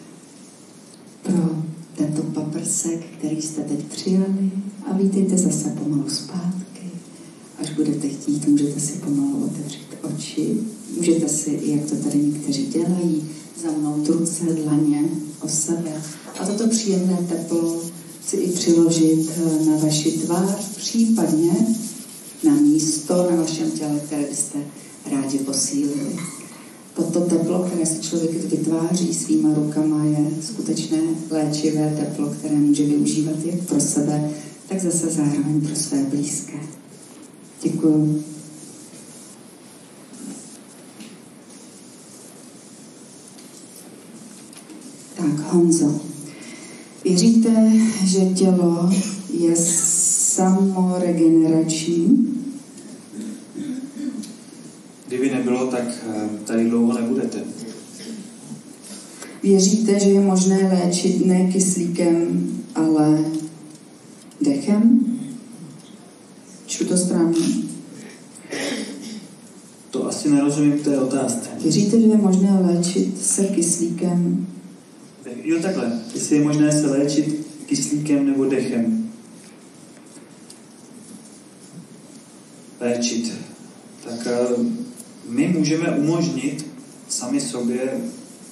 pro tento paprsek, který jste teď přijali, a vítejte zase pomalu zpátky. Až budete chtít, můžete si pomalu otevřít oči. Můžete si, jak to tady někteří dělají, zamnout ruce, dlaně o sebe. A toto příjemné teplo si i přiložit na vaši tvář, případně na místo na vašem těle, které byste rádi posílili. Toto teplo, které si člověk vytváří svýma rukama, je skutečné léčivé teplo, které může využívat jak pro sebe, tak zase zároveň pro své blízké. Děkuju. Tak, Honzo, věříte, že tělo je samoregenerační? Kdyby nebylo, tak tady dlouho nebudete. Věříte, že je možné léčit ne kyslíkem, ale dechem? Čtu to správně? To asi nerozumím té otázce. Věříte, že je možné léčit se kyslíkem? Jo, takhle. Jestli je možné se léčit kyslíkem nebo dechem. Léčit. Tak my můžeme umožnit sami sobě,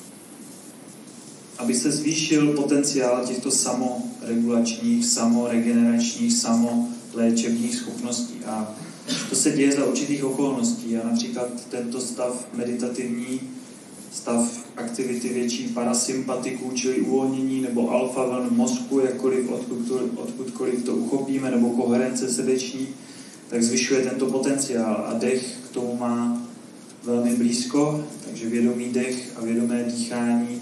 aby se zvýšil potenciál těchto samoregulačních, samoregeneračních, samoléčebních schopností. A to se děje za určitých okolností. A například tento stav meditativní, stav aktivity větší parasympatiků, čili uvolnění, nebo alfa vln mozku, jakkoliv odkudkoliv to uchopíme, nebo koherence srdeční, tak zvyšuje tento potenciál. A dech k tomu má velmi blízko, takže vědomý dech a vědomé dýchání,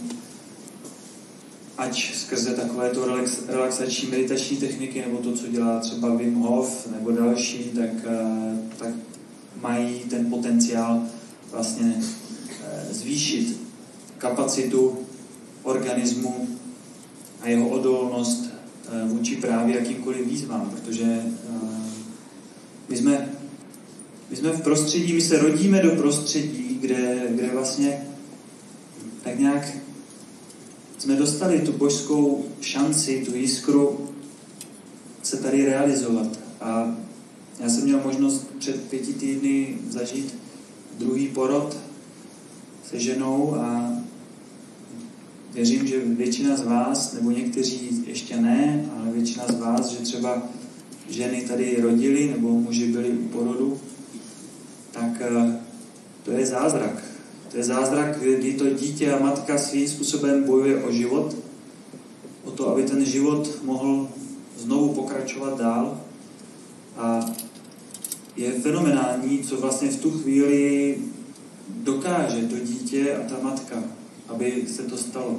ať skrze takovéto relaxační meditační techniky, nebo to, co dělá třeba Wim Hof, nebo další, tak mají ten potenciál vlastně zvýšit kapacitu organismu a jeho odolnost vůči právě jakýmkoliv výzvám, protože my jsme v prostředí, my se rodíme do prostředí, kde vlastně tak nějak jsme dostali tu božskou šanci, tu jiskru se tady realizovat. A já jsem měl možnost před 5 týdny zažít druhý porod se ženou a věřím, že většina z vás, nebo někteří ještě ne, ale většina z vás, že třeba ženy tady rodily, nebo muži byli u porodu, tak to je zázrak. To je zázrak, kdy to dítě a matka svým způsobem bojuje o život, o to, aby ten život mohl znovu pokračovat dál. A je fenomenální, co vlastně v tu chvíli dokáže to dítě a ta matka, aby se to stalo.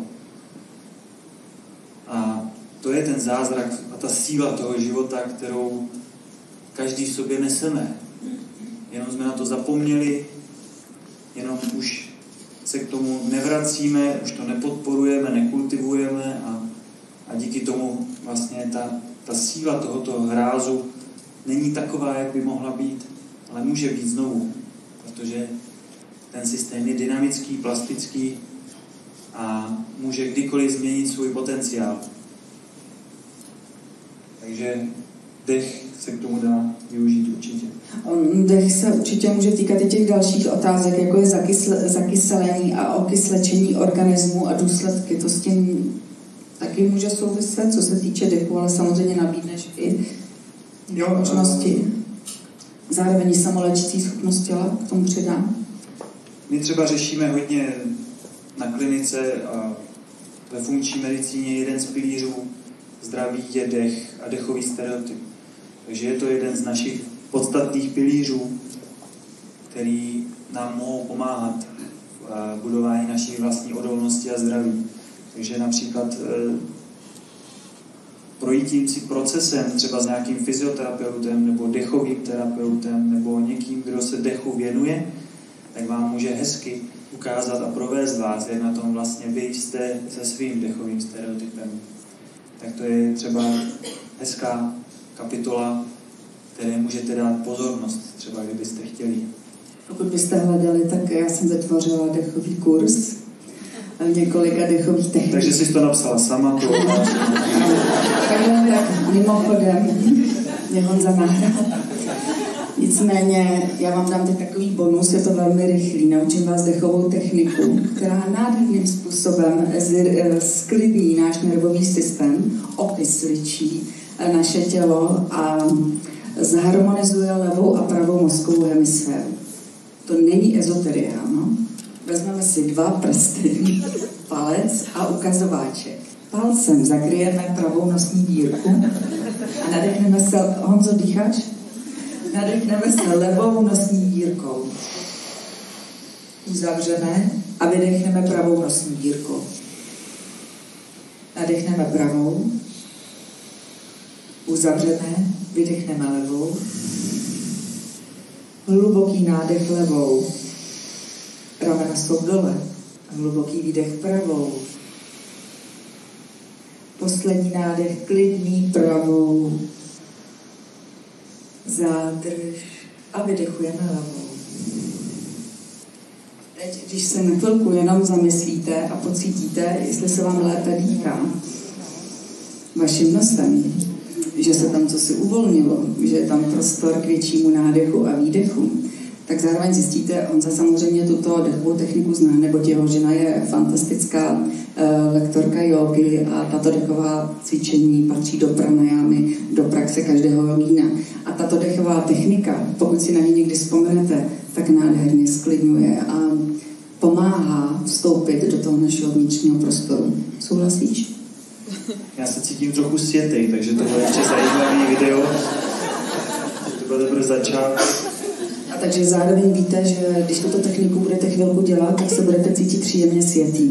A to je ten zázrak a ta síla toho života, kterou každý v sobě neseme. Jenom jsme na to zapomněli, jenom už se k tomu nevracíme, už to nepodporujeme, nekultivujeme a A díky tomu vlastně ta síla tohoto hrázu není taková, jak by mohla být, ale může být znovu, protože ten systém je dynamický, plastický a může kdykoliv změnit svůj potenciál. Takže dech se k tomu dá využít určitě. Dech se určitě může týkat i těch dalších otázek, jako je zakyselení a okyslečení organismu a důsledky. To s tím taky může souviset, co se týče dechu, ale samozřejmě nabídneš i možnosti. Zároveň samoléčící schopnost těla, k tomu přidám. My třeba řešíme hodně na klinice a ve funkční medicíně jeden z pilířů zdraví je dech a dechový stereotyp. Takže je to jeden z našich podstatných pilířů, který nám mohou pomáhat v budování naší vlastní odolnosti a zdraví. Takže například projít tím si procesem třeba s nějakým fyzioterapeutem nebo dechovým terapeutem nebo někým, kdo se dechu věnuje, tak vám může hezky ukázat a provést vás, jak na tom vlastně vy jste se svým dechovým stereotypem. Tak to je třeba hezká kapitola, které můžete dát pozornost, třeba kdybyste chtěli. Pokud byste hledali, tak já jsem vytvořila dechový kurz několika dechových technik. Takže jsi to napsala sama? Tak mimochodem mě Honza nahrál. Nicméně já vám dám teď takový bonus, je to velmi rychlý. Naučím vás dechovou techniku, která nádherným způsobem sklidní náš nervový systém, okysličí naše tělo a zharmonizuje levou a pravou mozkovou hemisféru. To není ezoteria, no? Vezmeme si 2 prsty, palec a ukazováček. Palcem zakryjeme pravou nosní dírku a nadechneme se, Honzo, dýcháš? Nadechneme se levou nosní dírkou. Uzavřeme a vydechneme pravou nosní dírkou. Nadechneme pravou, uzavřeme, vydechneme levou. Hluboký nádech levou. Ramena jsou dole. Hluboký výdech pravou. Poslední nádech klidný pravou. Zádrž a vydechujeme levou. Teď, když se na chvilku jenom zamyslíte a pocítíte, jestli se vám lépe dýchá vaším nosem, že se tam cosi uvolnilo, že je tam prostor k většímu nádechu a výdechu, tak zároveň zjistíte, on samozřejmě tuto dechovou techniku zná, neboť jeho žena je fantastická lektorka jógy a tato dechová cvičení patří do pranajámy, do praxe každého jogína. A tato dechová technika, pokud si na ní někdy vzpomenete, tak nádherně sklidňuje a pomáhá vstoupit do toho našeho vnitřního prostoru. Souhlasíš? Já se cítím trochu světej, takže to bude ještě zajímavý video. To bude dobrý začátek. A takže zároveň víte, že když tuto techniku budete chvilku dělat, tak se budete cítit příjemně světý.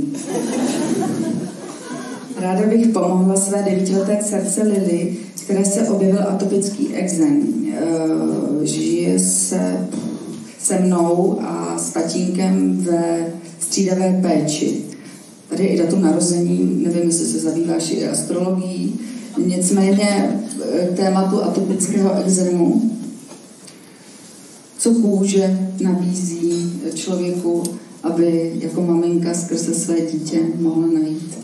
Ráda bych pomohla své 9leté dcerce Lily, které se objevil atopický ekzém. Žije se mnou a s tatínkem ve střídavé péči. Tady je i datum narození, nevím, jestli se zabýváš i astrologií. Nicméně tématu atopického ekzému, co kůže nabízí člověku, aby jako maminka skrze své dítě mohla najít.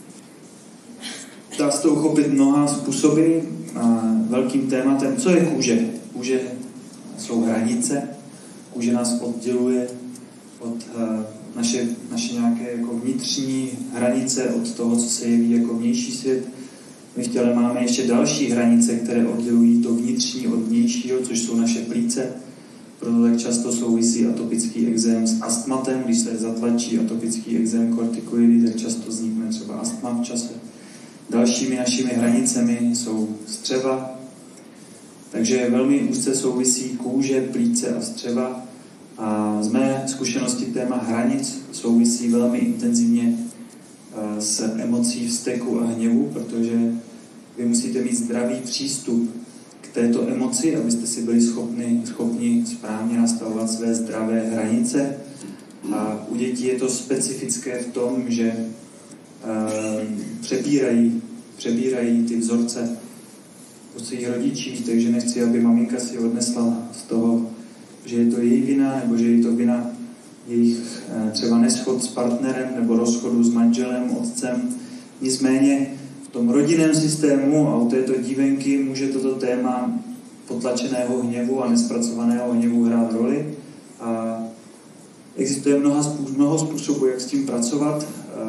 Dá se to uchopit mnoha způsoby. Velkým tématem, co je kůže? Kůže jsou hranice. Kůže nás odděluje od naše nějaké jako vnitřní hranice, od toho, co se jeví jako vnější svět. My v těle máme ještě další hranice, které oddělují to vnitřní od vnějšího, což jsou naše plíce. Proto tak často souvisí atopický ekzém s astmatem. Když se zatlačí atopický ekzém kortikoidy, tak často vznikne třeba astma v čase. Dalšími našimi hranicemi jsou střeva. Takže velmi úzce souvisí kůže, plíce a střeva. A z mé zkušenosti téma hranic souvisí velmi intenzivně s emocí vzteku a hněvu, protože vy musíte mít zdravý přístup k této emoci, abyste si byli schopni správně nastavovat své zdravé hranice. A u dětí je to specifické v tom, že přebírají přebírají ty vzorce od svých rodičí, takže nechci, aby maminka si odnesla z toho, že je to její vina, nebo že je to vina jejich třeba neschod s partnerem nebo rozchodu s manželem, otcem. Nicméně v tom rodinném systému a u této dívenky může toto téma potlačeného hněvu a nespracovaného hněvu hrát roli. A existuje mnoho způsobů, jak s tím pracovat.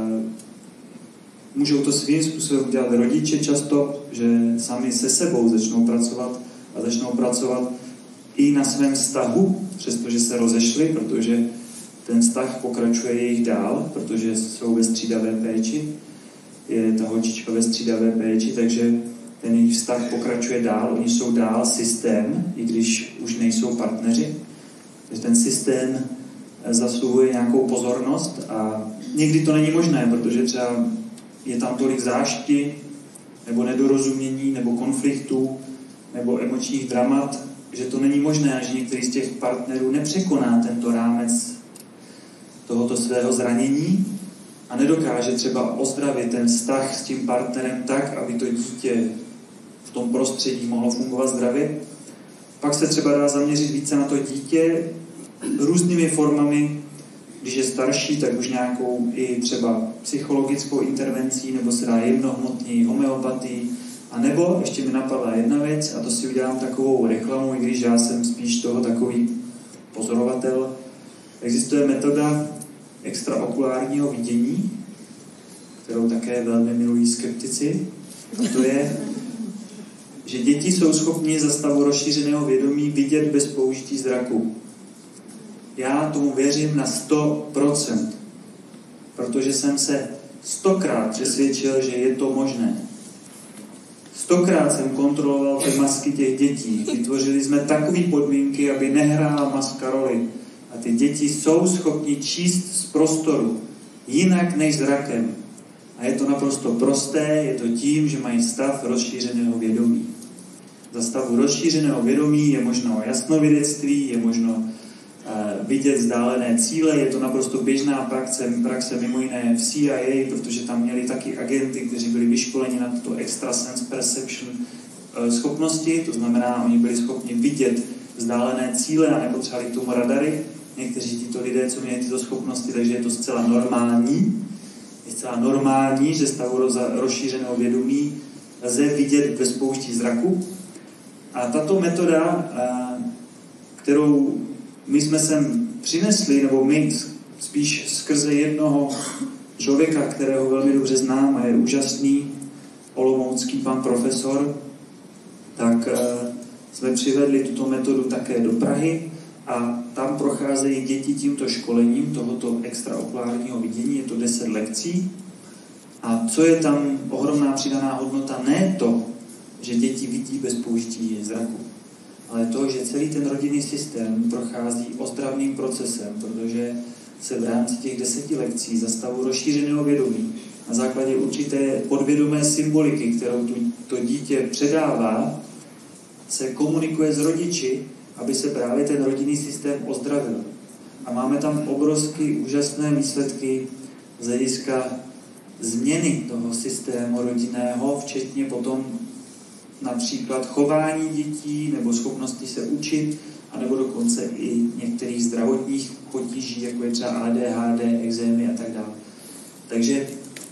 Můžou to svým způsobem dělat rodiče často, že sami se sebou začnou pracovat a začnou pracovat i na svém vztahu, přestože se rozešli, protože ten vztah pokračuje jejich dál, protože jsou ve střídavé péči, je ta holčička ve střídavé péči, takže ten jejich vztah pokračuje dál, oni jsou dál systém, i když už nejsou partneři. Takže ten systém zasluhuje nějakou pozornost a někdy to není možné, protože třeba je tam tolik zášti, nebo nedorozumění, nebo konfliktů, nebo emočních dramat, že to není možné, že některý z těch partnerů nepřekoná tento rámec tohoto svého zranění a nedokáže třeba ozdravit ten vztah s tím partnerem tak, aby to dítě v tom prostředí mohlo fungovat zdravě. Pak se třeba dá zaměřit více na to dítě různými formami, když je starší, tak už nějakou i třeba psychologickou intervencí, nebo se dá jemnohmotněji homeopatii, a nebo ještě mi napadla jedna věc, a to si udělám takovou reklamu, i když já jsem spíš toho takový pozorovatel. Existuje metoda extraokulárního vidění, kterou také velmi milují skeptici. A to je, že děti jsou schopni za stavu rozšířeného vědomí vidět bez použití zraku. Já tomu věřím na 100%, protože jsem se 100krát přesvědčil, že je to možné. 100krát jsem kontroloval ty masky těch dětí. Vytvořili jsme takové podmínky, aby nehrála maska roli. A ty děti jsou schopni číst z prostoru jinak než zrakem. A je to naprosto prosté, je to tím, že mají stav rozšířeného vědomí. Za stavu rozšířeného vědomí je možno jasnovidectví, je možno vidět vzdálené cíle, je to naprosto běžná praxe mimo jiné v CIA, protože tam měli taky agenty, kteří byli vyškoleni na tuto extrasense perception schopnosti, to znamená, oni byli schopni vidět vzdálené cíle a nepotřebovali k tomu radary. Někteří tito lidé, co měli tyto schopnosti, takže je to zcela normální. Je zcela normální, že stavu rozšířeného vědomí lze vidět bez použití zraku. A tato metoda, kterou my jsme sem přinesli, nebo my spíš skrze jednoho člověka, kterého velmi dobře znám a je úžasný, olomoucký pan profesor, tak jsme přivedli tuto metodu také do Prahy a tam procházejí děti tímto školením tohoto extraokulárního vidění, je to 10 lekcí. A co je tam ohromná přidaná hodnota? Ne to, že děti vidí bez použití zraku, ale to, že celý ten rodinný systém prochází ozdravným procesem, protože se v rámci těch 10 lekcí za stavu rozšířeného vědomí na základě určité podvědomé symboliky, kterou to dítě předává, se komunikuje s rodiči, aby se právě ten rodinný systém ozdravil. A máme tam obrovsky úžasné výsledky z hlediska změny toho systému rodinného, včetně potom například chování dětí nebo schopnosti se učit, anebo dokonce i některých zdravotních potíží, jako je třeba ADHD, ekzémy a tak dále. Takže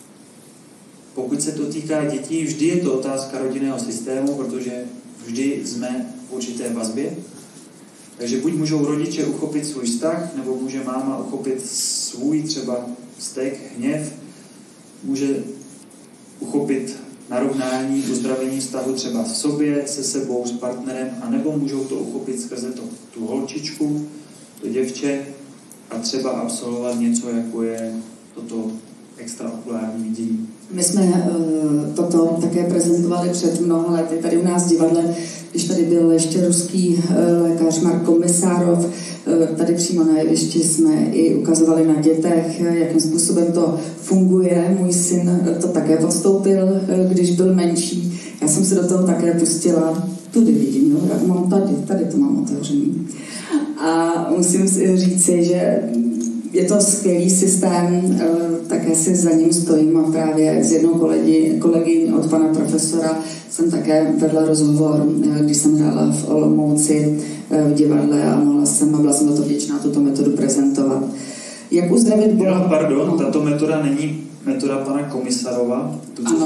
pokud se to týká dětí, vždy je to otázka rodinného systému, protože vždy jsme v určité vazbě. Takže buď můžou rodiče uchopit svůj vztah, nebo může máma uchopit svůj třeba vztek, hněv, může uchopit narovnání, uzdravení vztahu třeba v sobě, se sebou, s partnerem, anebo můžou to uchopit skrze tu holčičku, to děvče a třeba absolvovat něco, jako je toto extraokulární vidění. My jsme toto také prezentovali před mnoha lety tady u nás v divadle, když tady byl ještě ruský lékař Mark Komisárov. Tady přímo na jevišti jsme i ukazovali na dětech, jakým způsobem to funguje. Můj syn to také podstoupil, když byl menší. Já jsem se do toho také pustila. Tudy vidím, jo? Já mám tady to mám otevřený. A musím si říci, že Je to skvělý systém, také si za ním stojím a právě s jednou kolegyní od pana profesora jsem také vedla rozhovor, když jsem hrála v Olomouci v divadle a byla jsem za to vděčná tuto metodu prezentovat. Jak uzdravit bola? Pardon, tato metoda není metoda pana Komisarova.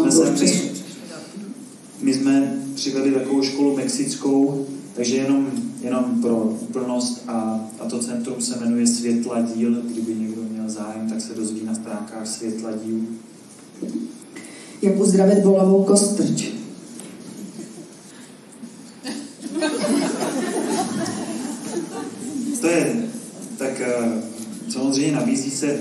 My jsme přivedli takovou školu mexickou, takže jenom pro úplnost a to centrum se jmenuje Světladíl. Kdyby někdo měl zájem, tak se dozví na stránkách Světladíl. Jak uzdravit bolavou kostrč? To je, tak samozřejmě nabízí se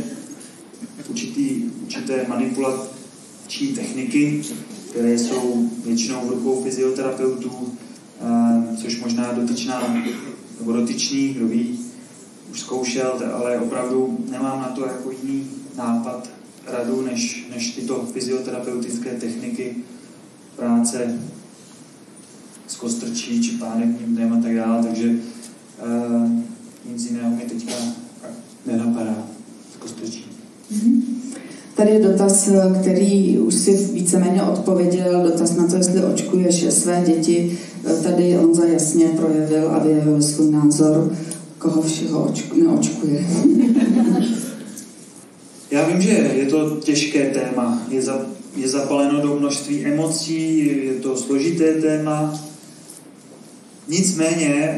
určité manipulační techniky, které jsou většinou v rukou fyzioterapeutů, což možná dotyčný, kdo ví, už zkoušel, ale opravdu nemám na to jako jiný nápad, radu, než tyto fyzioterapeutické techniky práce s kostrčí či pánevním dnem a tak dále, takže nic jiného mi teďka nenapadá s kostrčí. Tady je dotaz, který už si víceméně odpověděl, dotaz na to, jestli očkuješ své děti. Tady Honza jasně projevil a vyjevil svůj názor, koho všeho neočkuje. Já vím, že je to těžké téma, je zapaleno do množství emocí, je to složité téma, nicméně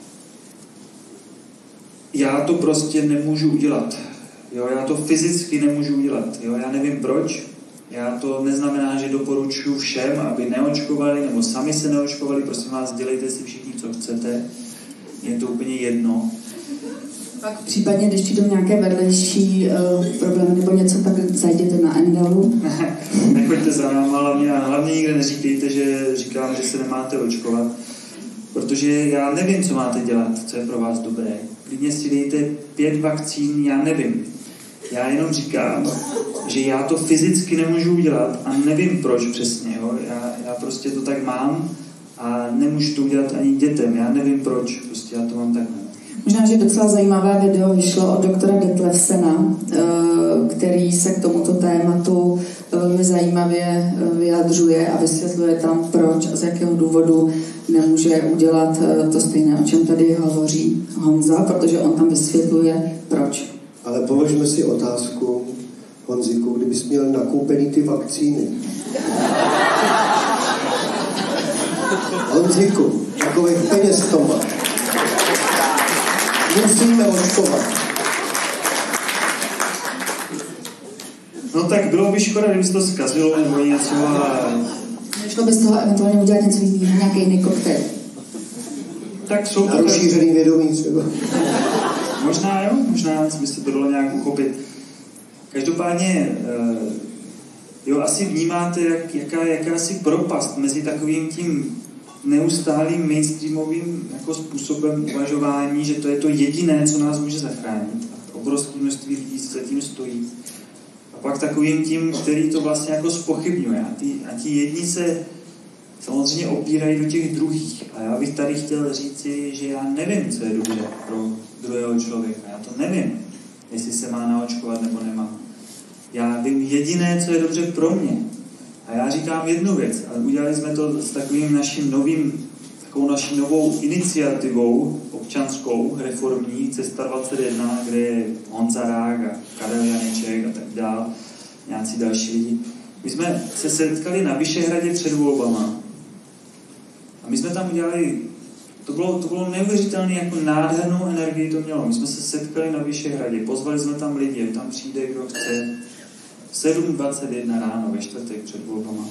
já to prostě nemůžu udělat. Jo, já to fyzicky nemůžu udělat. Jo, já nevím proč. To neznamená, že doporučuji všem, aby neočkovali nebo sami se neočkovali. Prosím vás, dělejte si všichni, co chcete. Je to úplně jedno. Pak případně, když přijdou nějaké vedlejší problémy nebo něco, tak zajděte na Endelu. Nechoďte za náma, hlavně nikde neříkejte, že říkám, že se nemáte očkovat. Protože já nevím, co máte dělat, co je pro vás dobré. Klidně si dejte 5 vakcín, já nevím. Já jenom říkám, že já to fyzicky nemůžu udělat a nevím proč přesně. Jo? Já prostě to tak mám a nemůžu to udělat ani dětem. Já nevím proč, prostě já to mám takhle. Možná, že docela zajímavé video vyšlo od doktora Detlefsena, který se k tomuto tématu velmi zajímavě vyjadřuje a vysvětluje tam, proč a z jakého důvodu nemůže udělat to stejné, o čem tady hovoří Honza, protože on tam vysvětluje, proč. Ale položme si otázku, Honziku, kdybys měl nakoupený ty vakcíny. Honziku, takových peněz to má. Musíme očkovat. No tak bylo by škoda, kdyby se to zkazilo nebo něco a... Nešlo by z toho eventuálně udělat něco jiného, nějaký jiný koktejl. Tak jsou to... rozšířený vědomí třeba. Možná by se to dalo nějak uchopit. Každopádně, asi vnímáte, jakási propast mezi takovým tím neustálým mainstreamovým jako způsobem uvažování, že to je to jediné, co nás může zachránit. Obrovské množství lidí se tím stojí. A pak takovým tím, který to vlastně jako zpochybňuje. A ti jedni se samozřejmě opírají do těch druhých. A já bych tady chtěl říci, že já nevím, co je dobře pro druhého člověka. Já to nevím, jestli se má naočkovat nebo nemá. Já vím jediné, co je dobře pro mě. A já říkám jednu věc, a udělali jsme to s takovou naší novou iniciativou občanskou, reformní, Cesta 21, kde je Honza Rák a Karel Janeček a tak dál, nějací další lidi. My jsme se setkali na Vyšehradě před volbama a my jsme tam udělali, to bylo neuvěřitelné, jako nádhernou energii to mělo. My jsme se setkali na Vyšehradě, pozvali jsme tam lidi, tam přijde, kdo chce, 7:21 ráno ve čtvrtek před volbama.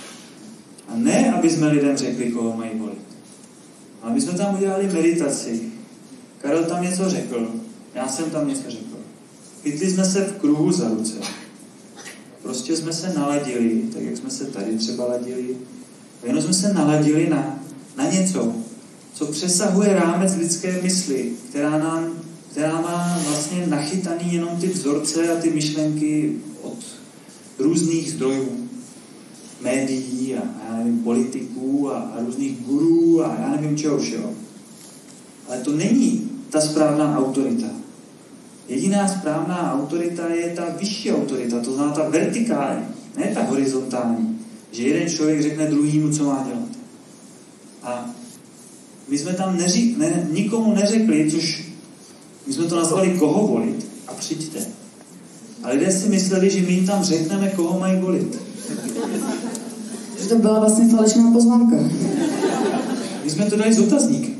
A ne, aby jsme lidem řekli, koho mají volit. Ale my jsme tam udělali meditaci. Karel tam něco řekl, já jsem tam něco řekl. Chytli jsme se v kruhu za ruce. Prostě jsme se naladili, tak jak jsme se tady třeba ladili. A jenom jsme se naladili na něco, co přesahuje rámec lidské mysli, která má vlastně nachytaný jenom ty vzorce a ty myšlenky od různých zdrojů, médií a já nevím, politiků a různých gurů a já nevím čeho všeho. Ale to není ta správná autorita. Jediná správná autorita je ta vyšší autorita, to znamená ta vertikální, ne ta horizontální, že jeden člověk řekne druhýmu, co má dělat. A my jsme tam nikomu neřekli, což my jsme to nazvali koho volit a přijďte. A lidé si mysleli, že my jim tam řekneme, koho mají volit. Že to byla vlastně falešná pozvánka. My jsme to dali s otazníkem.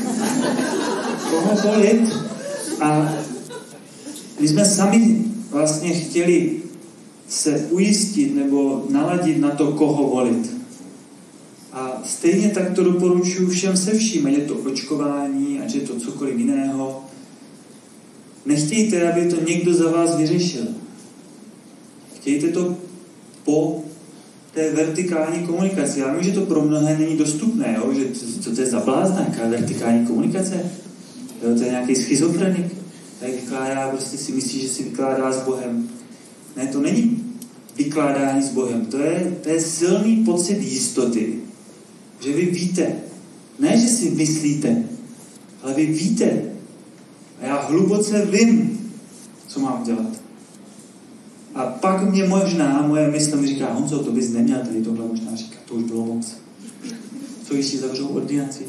Koho volit? A my jsme sami vlastně chtěli se ujistit nebo naladit na to, koho volit. A stejně tak to doporučuji všem se vším, ať je to očkování, ať je to cokoliv jiného. Nechtějte, aby to někdo za vás vyřešil. Chtějte to po té vertikální komunikaci. Já vím, že to pro mnohé není dostupné, jo? Že co to je za blázna, jaká vertikální komunikace? Jo, to je nějaký schizofrenik. Tak vykládá, prostě si myslí, že si vykládá s Bohem. Ne, to není vykládání s Bohem. To je silný pocit jistoty. Že vy víte. Ne, že si myslíte, ale vy víte. A já hluboce vím, co mám dělat. A pak mě možná, moje mysl mi říká, Honzo, to bys neměl tady tohle možná říkat, to už bylo moc. Co když si zavřou ordinaci?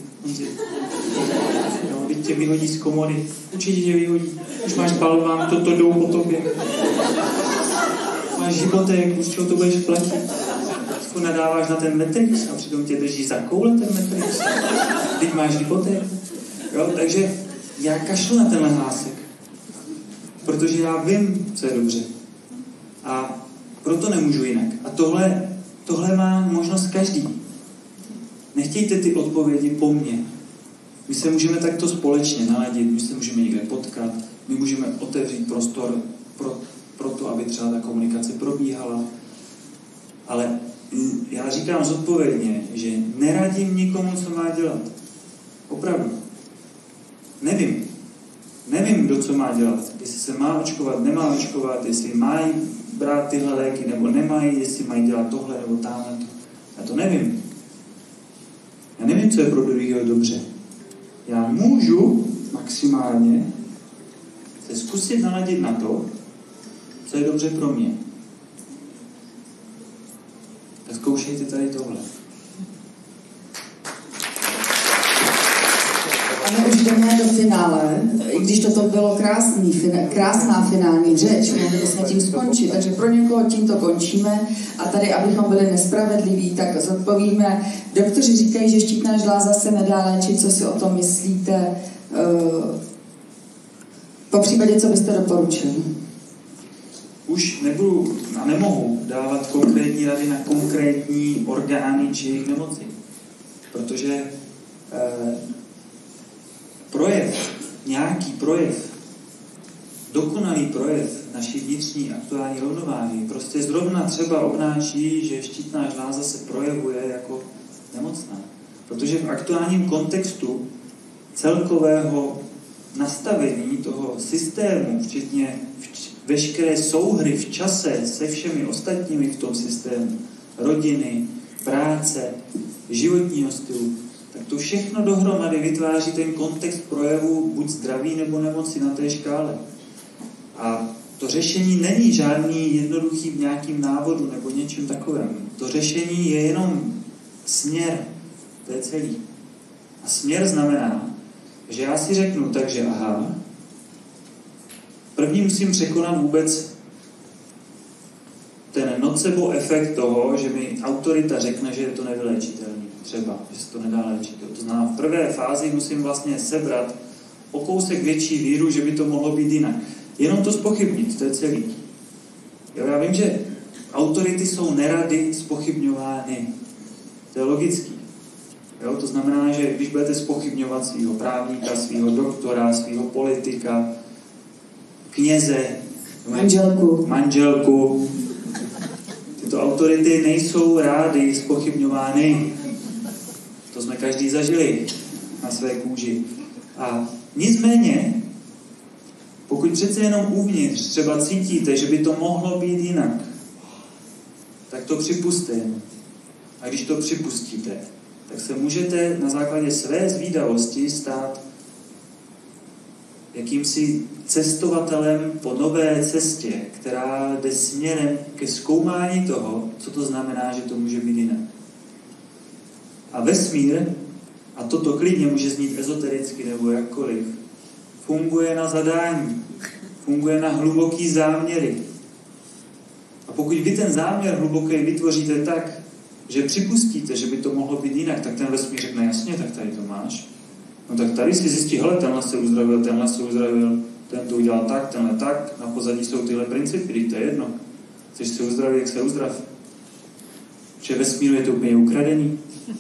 No, teď tě vyhodí z komory. Určitě tě vyhodí. Už máš balván, toto jdou po tobě. Máš životek, už čeho to budeš platit. Vždycky nadáváš na ten Matrix a přitom tě drží za koule ten Matrix. Teď máš hypoték. Jo, takže já kašlu na tenhle hlásek. Protože já vím, co je dobře. A proto nemůžu jinak. A tohle má možnost každý. Nechtějte ty odpovědi po mně. My se můžeme takto společně naladit, my se můžeme někde potkat, my můžeme otevřít prostor pro to, aby třeba ta komunikace probíhala. Ale já říkám zodpovědně, že neradím nikomu, co má dělat. Opravdu. Nevím, kdo co má dělat. Jestli se má očkovat, nemá očkovat, jestli mají brát tyhle léky, nebo nemají, jestli mají dělat tohle, nebo tamhle. Já to nevím. Já nevím, co je pro druhého dobře. Já můžu maximálně se zkusit naladit na to, co je dobře pro mě. Tak zkoušejte tady tohle. A my už jdeme do finále, i když toto bylo krásná finální řeč, mohli jsme tím skončit, takže pro někoho tímto končíme a tady, abychom byli nespravedliví, tak zodpovíme. Doktoři říkají, že štítná žláza se nedá léčit, co si o tom myslíte? Po případě, co byste doporučili? Už nebudu a nemohu dávat konkrétní rady na konkrétní orgány či jejich nemoci, protože nějaký projev, dokonalý projev naší vnitřní aktuální rovnováhy prostě zrovna třeba obnáší, že štítná žláza se projevuje jako nemocná. Protože v aktuálním kontextu celkového nastavení toho systému, včetně veškeré souhry v čase se všemi ostatními v tom systému, rodiny, práce, životního stylu, tak to všechno dohromady vytváří ten kontext projevu buď zdraví nebo nemoci na té škále. A to řešení není žádný jednoduchý v nějakým návodu nebo něčím takovém. To řešení je jenom směr. To je celý. A směr znamená, že já si řeknu, takže aha, první musím překonat vůbec ten nocebo efekt toho, že mi autorita řekne, že je to nevyléčitelné. Třeba, že se to nedá léčit. To znamená, v prvé fázi musím vlastně sebrat o kousek větší víru, že by to mohlo být jinak. Jenom to zpochybnit, to je celý. Jo, já vím, že autority jsou nerady zpochybňovány. To je logický. Jo, to znamená, že když budete zpochybňovat svého právníka, svého doktora, svého politika, kněze, manželku, tyto autority nejsou rády zpochybňovány. To jsme každý zažili na své kůži. A nicméně, pokud přece jenom uvnitř třeba cítíte, že by to mohlo být jinak, tak to připusťte. A když to připustíte, tak se můžete na základě své zvídavosti stát jakýmsi cestovatelem po nové cestě, která jde směrem ke zkoumání toho, co to znamená, že to může být jinak. A vesmír, a toto klidně může znít ezotericky nebo jakkoliv, funguje na zadání, funguje na hluboký záměry. A pokud vy ten záměr hluboký vytvoříte tak, že připustíte, že by to mohlo být jinak, tak ten vesmír řekne, jasně, tak tady to máš. No tak tady si zjistí, hele, tenhle se uzdravil, ten to udělal tak, tenhle tak, na pozadí jsou tyhle principy, teď to je jedno. Chceš se uzdravit, jak se uzdrav. Protože vesmíru je to úplně ukradený.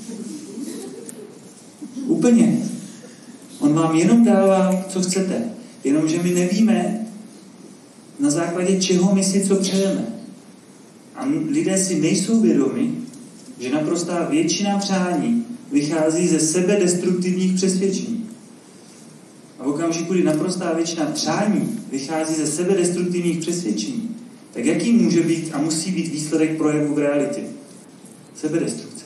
Úplně. On vám jenom dává, co chcete. Jenomže my nevíme, na základě čeho my si co přejeme. A lidé si nejsou vědomi, že naprostá většina přání vychází ze sebedestruktivních přesvědčení. A v okamžiku, kdy naprostá většina přání vychází ze sebedestruktivních přesvědčení, tak jaký může být a musí být výsledek projevu v realitě? Sebedestrukce.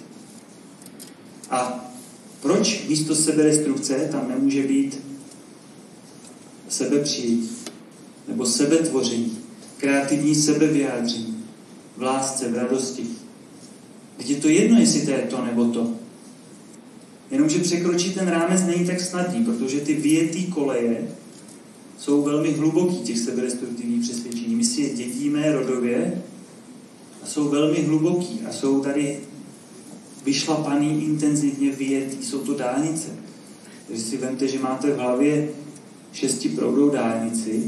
A proč místo sebedestrukce tam nemůže být sebepřijetí nebo sebetvoření, kreativní sebevyjádření, v lásce, v radosti? Teď je to jedno, jestli to je to nebo to. Jenomže překročit ten rámec není tak snadný, protože ty vyjetý koleje jsou velmi hluboký, těch sebedestruktivních přesvědčení. My si je dědíme rodově a jsou velmi hluboký a jsou tady vyšlapaný, intenzivně vyjetý. Jsou to dálnice. Takže si vemte, že máte v hlavě 6proudou dálnici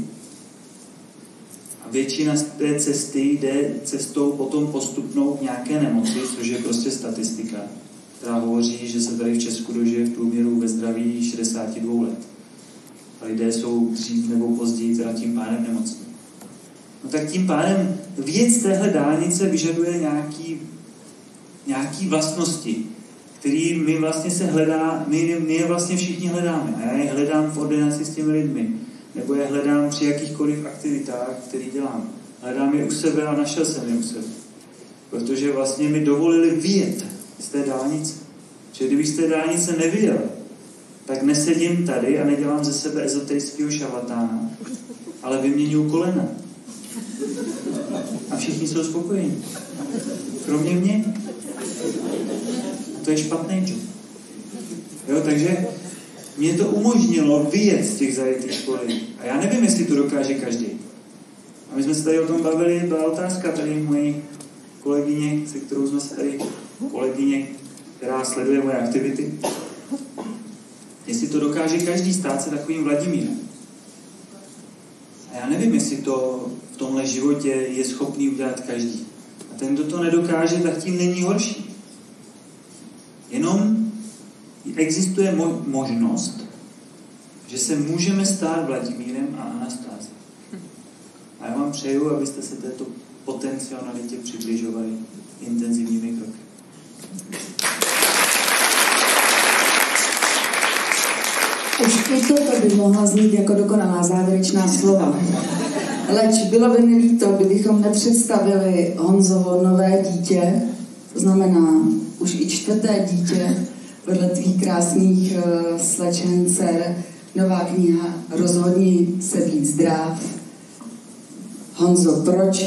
a většina z té cesty jde cestou potom postupnou k nějaké nemoci, což je prostě statistika, která hovoří, že se tady v Česku dožije v průměru ve zdraví 62 let. A lidé jsou dřív nebo později teda tím pádem nemocní. No tak tím pádem věc téhle dálnice vyžaduje nějaký vlastnosti, který my vlastně se hledá, my je vlastně všichni hledáme. A já je hledám v ordinaci s těmi lidmi, nebo je hledám při jakýchkoliv aktivitách, které dělám. Hledám je u sebe a našel jsem je u sebe. Protože vlastně mi dovolili vyjet z té dálnice. Že kdybych z té dálnice nevyjel, tak nesedím tady a nedělám ze sebe ezoterického šarlatána, ale vyměňuju kolena. A všichni jsou spokojení. Kromě mě. A to je špatný job. Jo, takže mě to umožnilo vyjet z těch zajetých kolejí. A já nevím, jestli to dokáže každý. A my jsme se tady o tom bavili, byla otázka tady mojí kolegyně, se kterou jsme se tady, kolegyně, která sleduje moje aktivity, jestli to dokáže každý stát se takovým Vladimírem. A já nevím, jestli to v tomhle životě je schopný udělat každý. A ten, kdo to nedokáže, tak tím není horší. Jenom existuje možnost, že se můžeme stát Vladimírem a Anastází. A já vám přeju, abyste se této potenciálně přibližovali intenzivními kroky. Už i toto by mohla znít jako dokonalá závěrečná slova. Leč bylo by mi líto, kdybychom nepředstavili Honzovo nové dítě, to znamená už i 4. dítě, vedle tvých krásných slečen, dcer, nová kniha Rozhodni se být zdrav. Honzo, proč?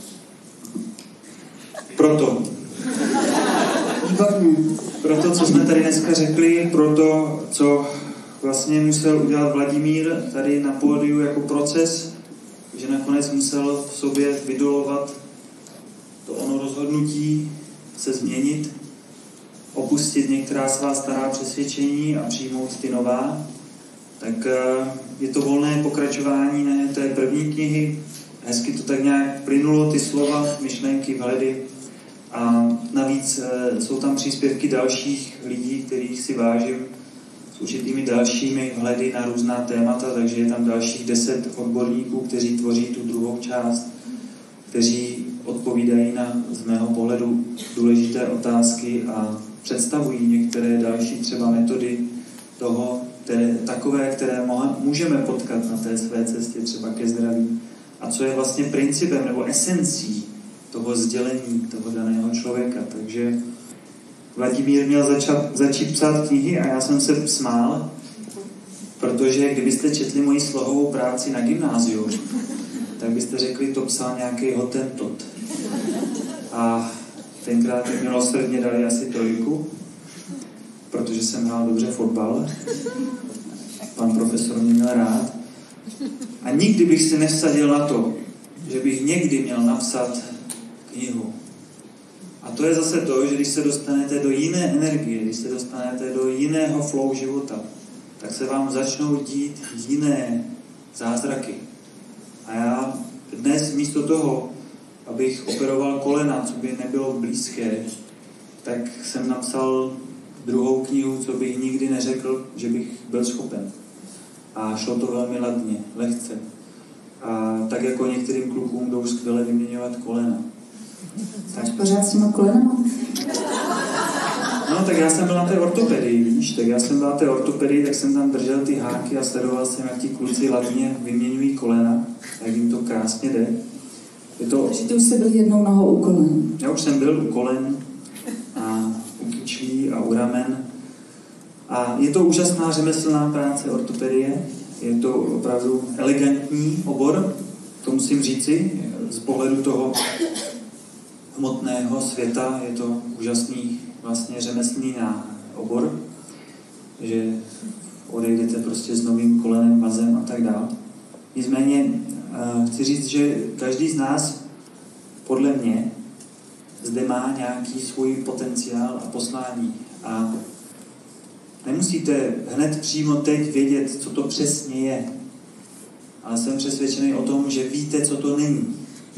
Proto. Výborně. Proto, co jsme tady dneska řekli, proto, co vlastně musel udělat Vladimír tady na pódiu jako proces, že nakonec musel v sobě vydolovat to ono rozhodnutí se změnit, opustit některá svá stará přesvědčení a přijmout ty nová, tak je to volné pokračování ne, té první knihy. Hezky to tak nějak plynulo, ty slova, myšlenky, vhledy. A navíc jsou tam příspěvky dalších lidí, kterých si vážím, s určitými dalšími vhledy na různá témata, takže je tam dalších 10 odborníků, kteří tvoří tu druhou část, kteří odpovídají na, z mého pohledu, důležité otázky a představují některé další třeba metody toho, které můžeme potkat na té své cestě třeba ke zdraví. A co je vlastně principem nebo esencí toho sdělení toho daného člověka. Takže Vladimír měl začít psát knihy a já jsem se smál, Protože kdybyste četli moji slohovou práci na gymnáziu, tak byste řekli, to psal nějaký Hottentot. A tenkrát mi milosrdně dali asi 3, protože jsem hrál dobře fotbal. Pan profesor mě měl rád. A nikdy bych si nevsadil na to, že bych někdy měl napsat knihu. A to je zase to, že když se dostanete do jiné energie, když se dostanete do jiného flow života, tak se vám začnou dít jiné zázraky. A já dnes místo toho, abych operoval kolena, co by nebylo blízké, tak jsem napsal 2. knihu, co bych nikdy neřekl, že bych byl schopen. A šlo to velmi ladně, lehce. A tak jako některým klukům jdou skvěle vyměňovat kolena. Jsi pořád s těma kolenama? No, tak já jsem byl na té ortopedii, víš, tak jsem tam držel ty háky a sledoval jsem, jak ti kluci ladně vyměňují kolena, jak jim to krásně jde. Takže ty už jsi byl jednou nohou u kolen. Já už jsem byl u kolen a u kyčlí a u ramen. A je to úžasná řemeslná práce ortopedie, je to opravdu elegantní obor, to musím říci, z pohledu toho hmotného světa je to úžasný vlastně řemeslný obor, že odejdete prostě s novým kolenem, vazem a tak dále. Nicméně chci říct, že každý z nás, podle mě, zde má nějaký svůj potenciál a poslání. A nemusíte hned přímo teď vědět, co to přesně je. Ale jsem přesvědčený o tom, že víte, co to není.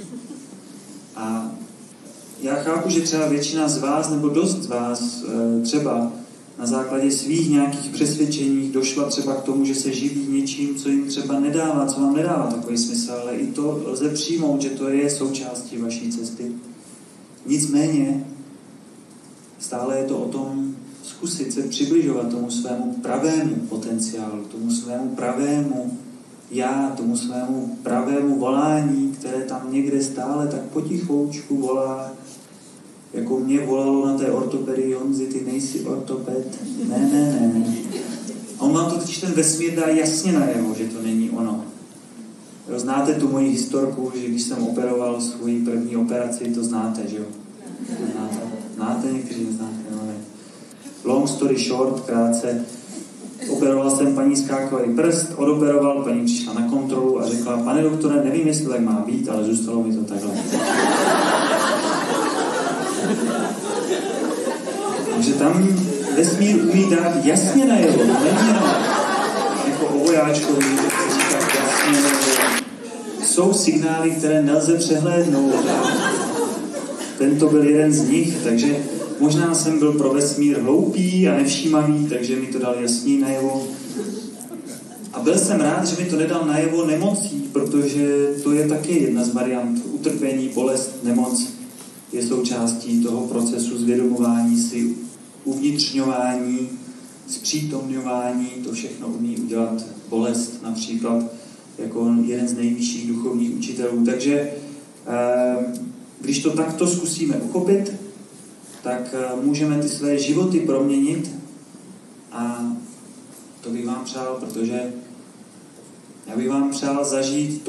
A já chápu, že třeba většina z vás, nebo dost z vás třeba na základě svých nějakých přesvědčení došla třeba k tomu, že se živí něčím, co jim třeba nedává, co vám nedává takový smysl, ale i to lze přijmout, že to je součástí vaší cesty. Nicméně stále je to o tom zkusit se přibližovat tomu svému pravému potenciálu, tomu svému pravému já, tomu svému pravému volání, které tam někde stále tak potichoučku volá, jako mě volalo na té ortopedii: Honzi, ty nejsi ortoped. Ne. On vám totiž ten vesmír dá jasně najevo, že to není ono. Znáte tu moji historku, že když jsem operoval svoji první operaci, to znáte, že jo? Znáte? Někteří neznáte, no ne. Long story short, krátce. Operoval jsem paní skákový prst, odoperoval, paní přišla na kontrolu a řekla: pane doktore, nevím, jestli tak má být, ale zůstalo mi to takhle. Takže tam vesmír umí dát jasně najevo, není jenom jako o vojáčkovi, to se říká jasně najevo. Jsou signály, které nelze přehlédnout. Tento byl jeden z nich, takže možná jsem byl pro vesmír hloupý a nevšímavý, takže mi to dal jasný najevo. A byl jsem rád, že mi to nedal najevo nemocí, protože to je taky jedna z variant. Utrpení, bolest, nemoc je součástí toho procesu zvědomování si, uvnitřňování, zpřítomňování, to všechno umí udělat bolest například jako jeden z nejvyšších duchovních učitelů. Takže když to takto zkusíme uchopit, tak můžeme ty své životy proměnit a to bych vám přál, protože já bych vám přál zažít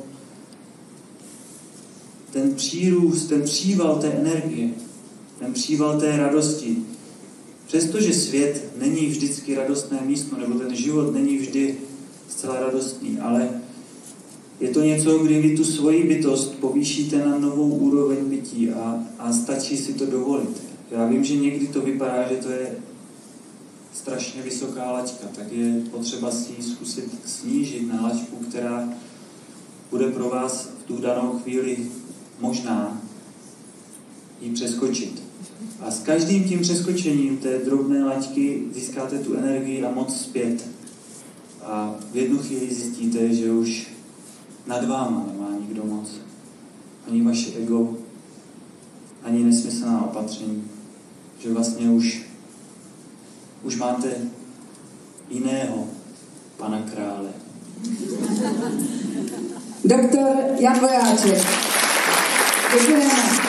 ten přírůst, ten příval té energie, ten příval té radosti. Přestože svět není vždycky radostné místo, nebo ten život není vždy zcela radostný, ale je to něco, kdy vy tu svoji bytost povýšíte na novou úroveň bytí a stačí si to dovolit. Já vím, že někdy to vypadá, že to je strašně vysoká laťka, tak je potřeba si ji zkusit snížit na laťku, která bude pro vás v tu danou chvíli možná ji přeskočit. A s každým tím přeskočením té drobné laťky získáte tu energii a moc zpět. A v jednu chvíli zjistíte, že už nad váma nemá nikdo moc. Ani vaše ego, ani nesmyslná opatření. Že vlastně už máte jiného pana krále. Doktor Jan Vojáček. Děkujeme.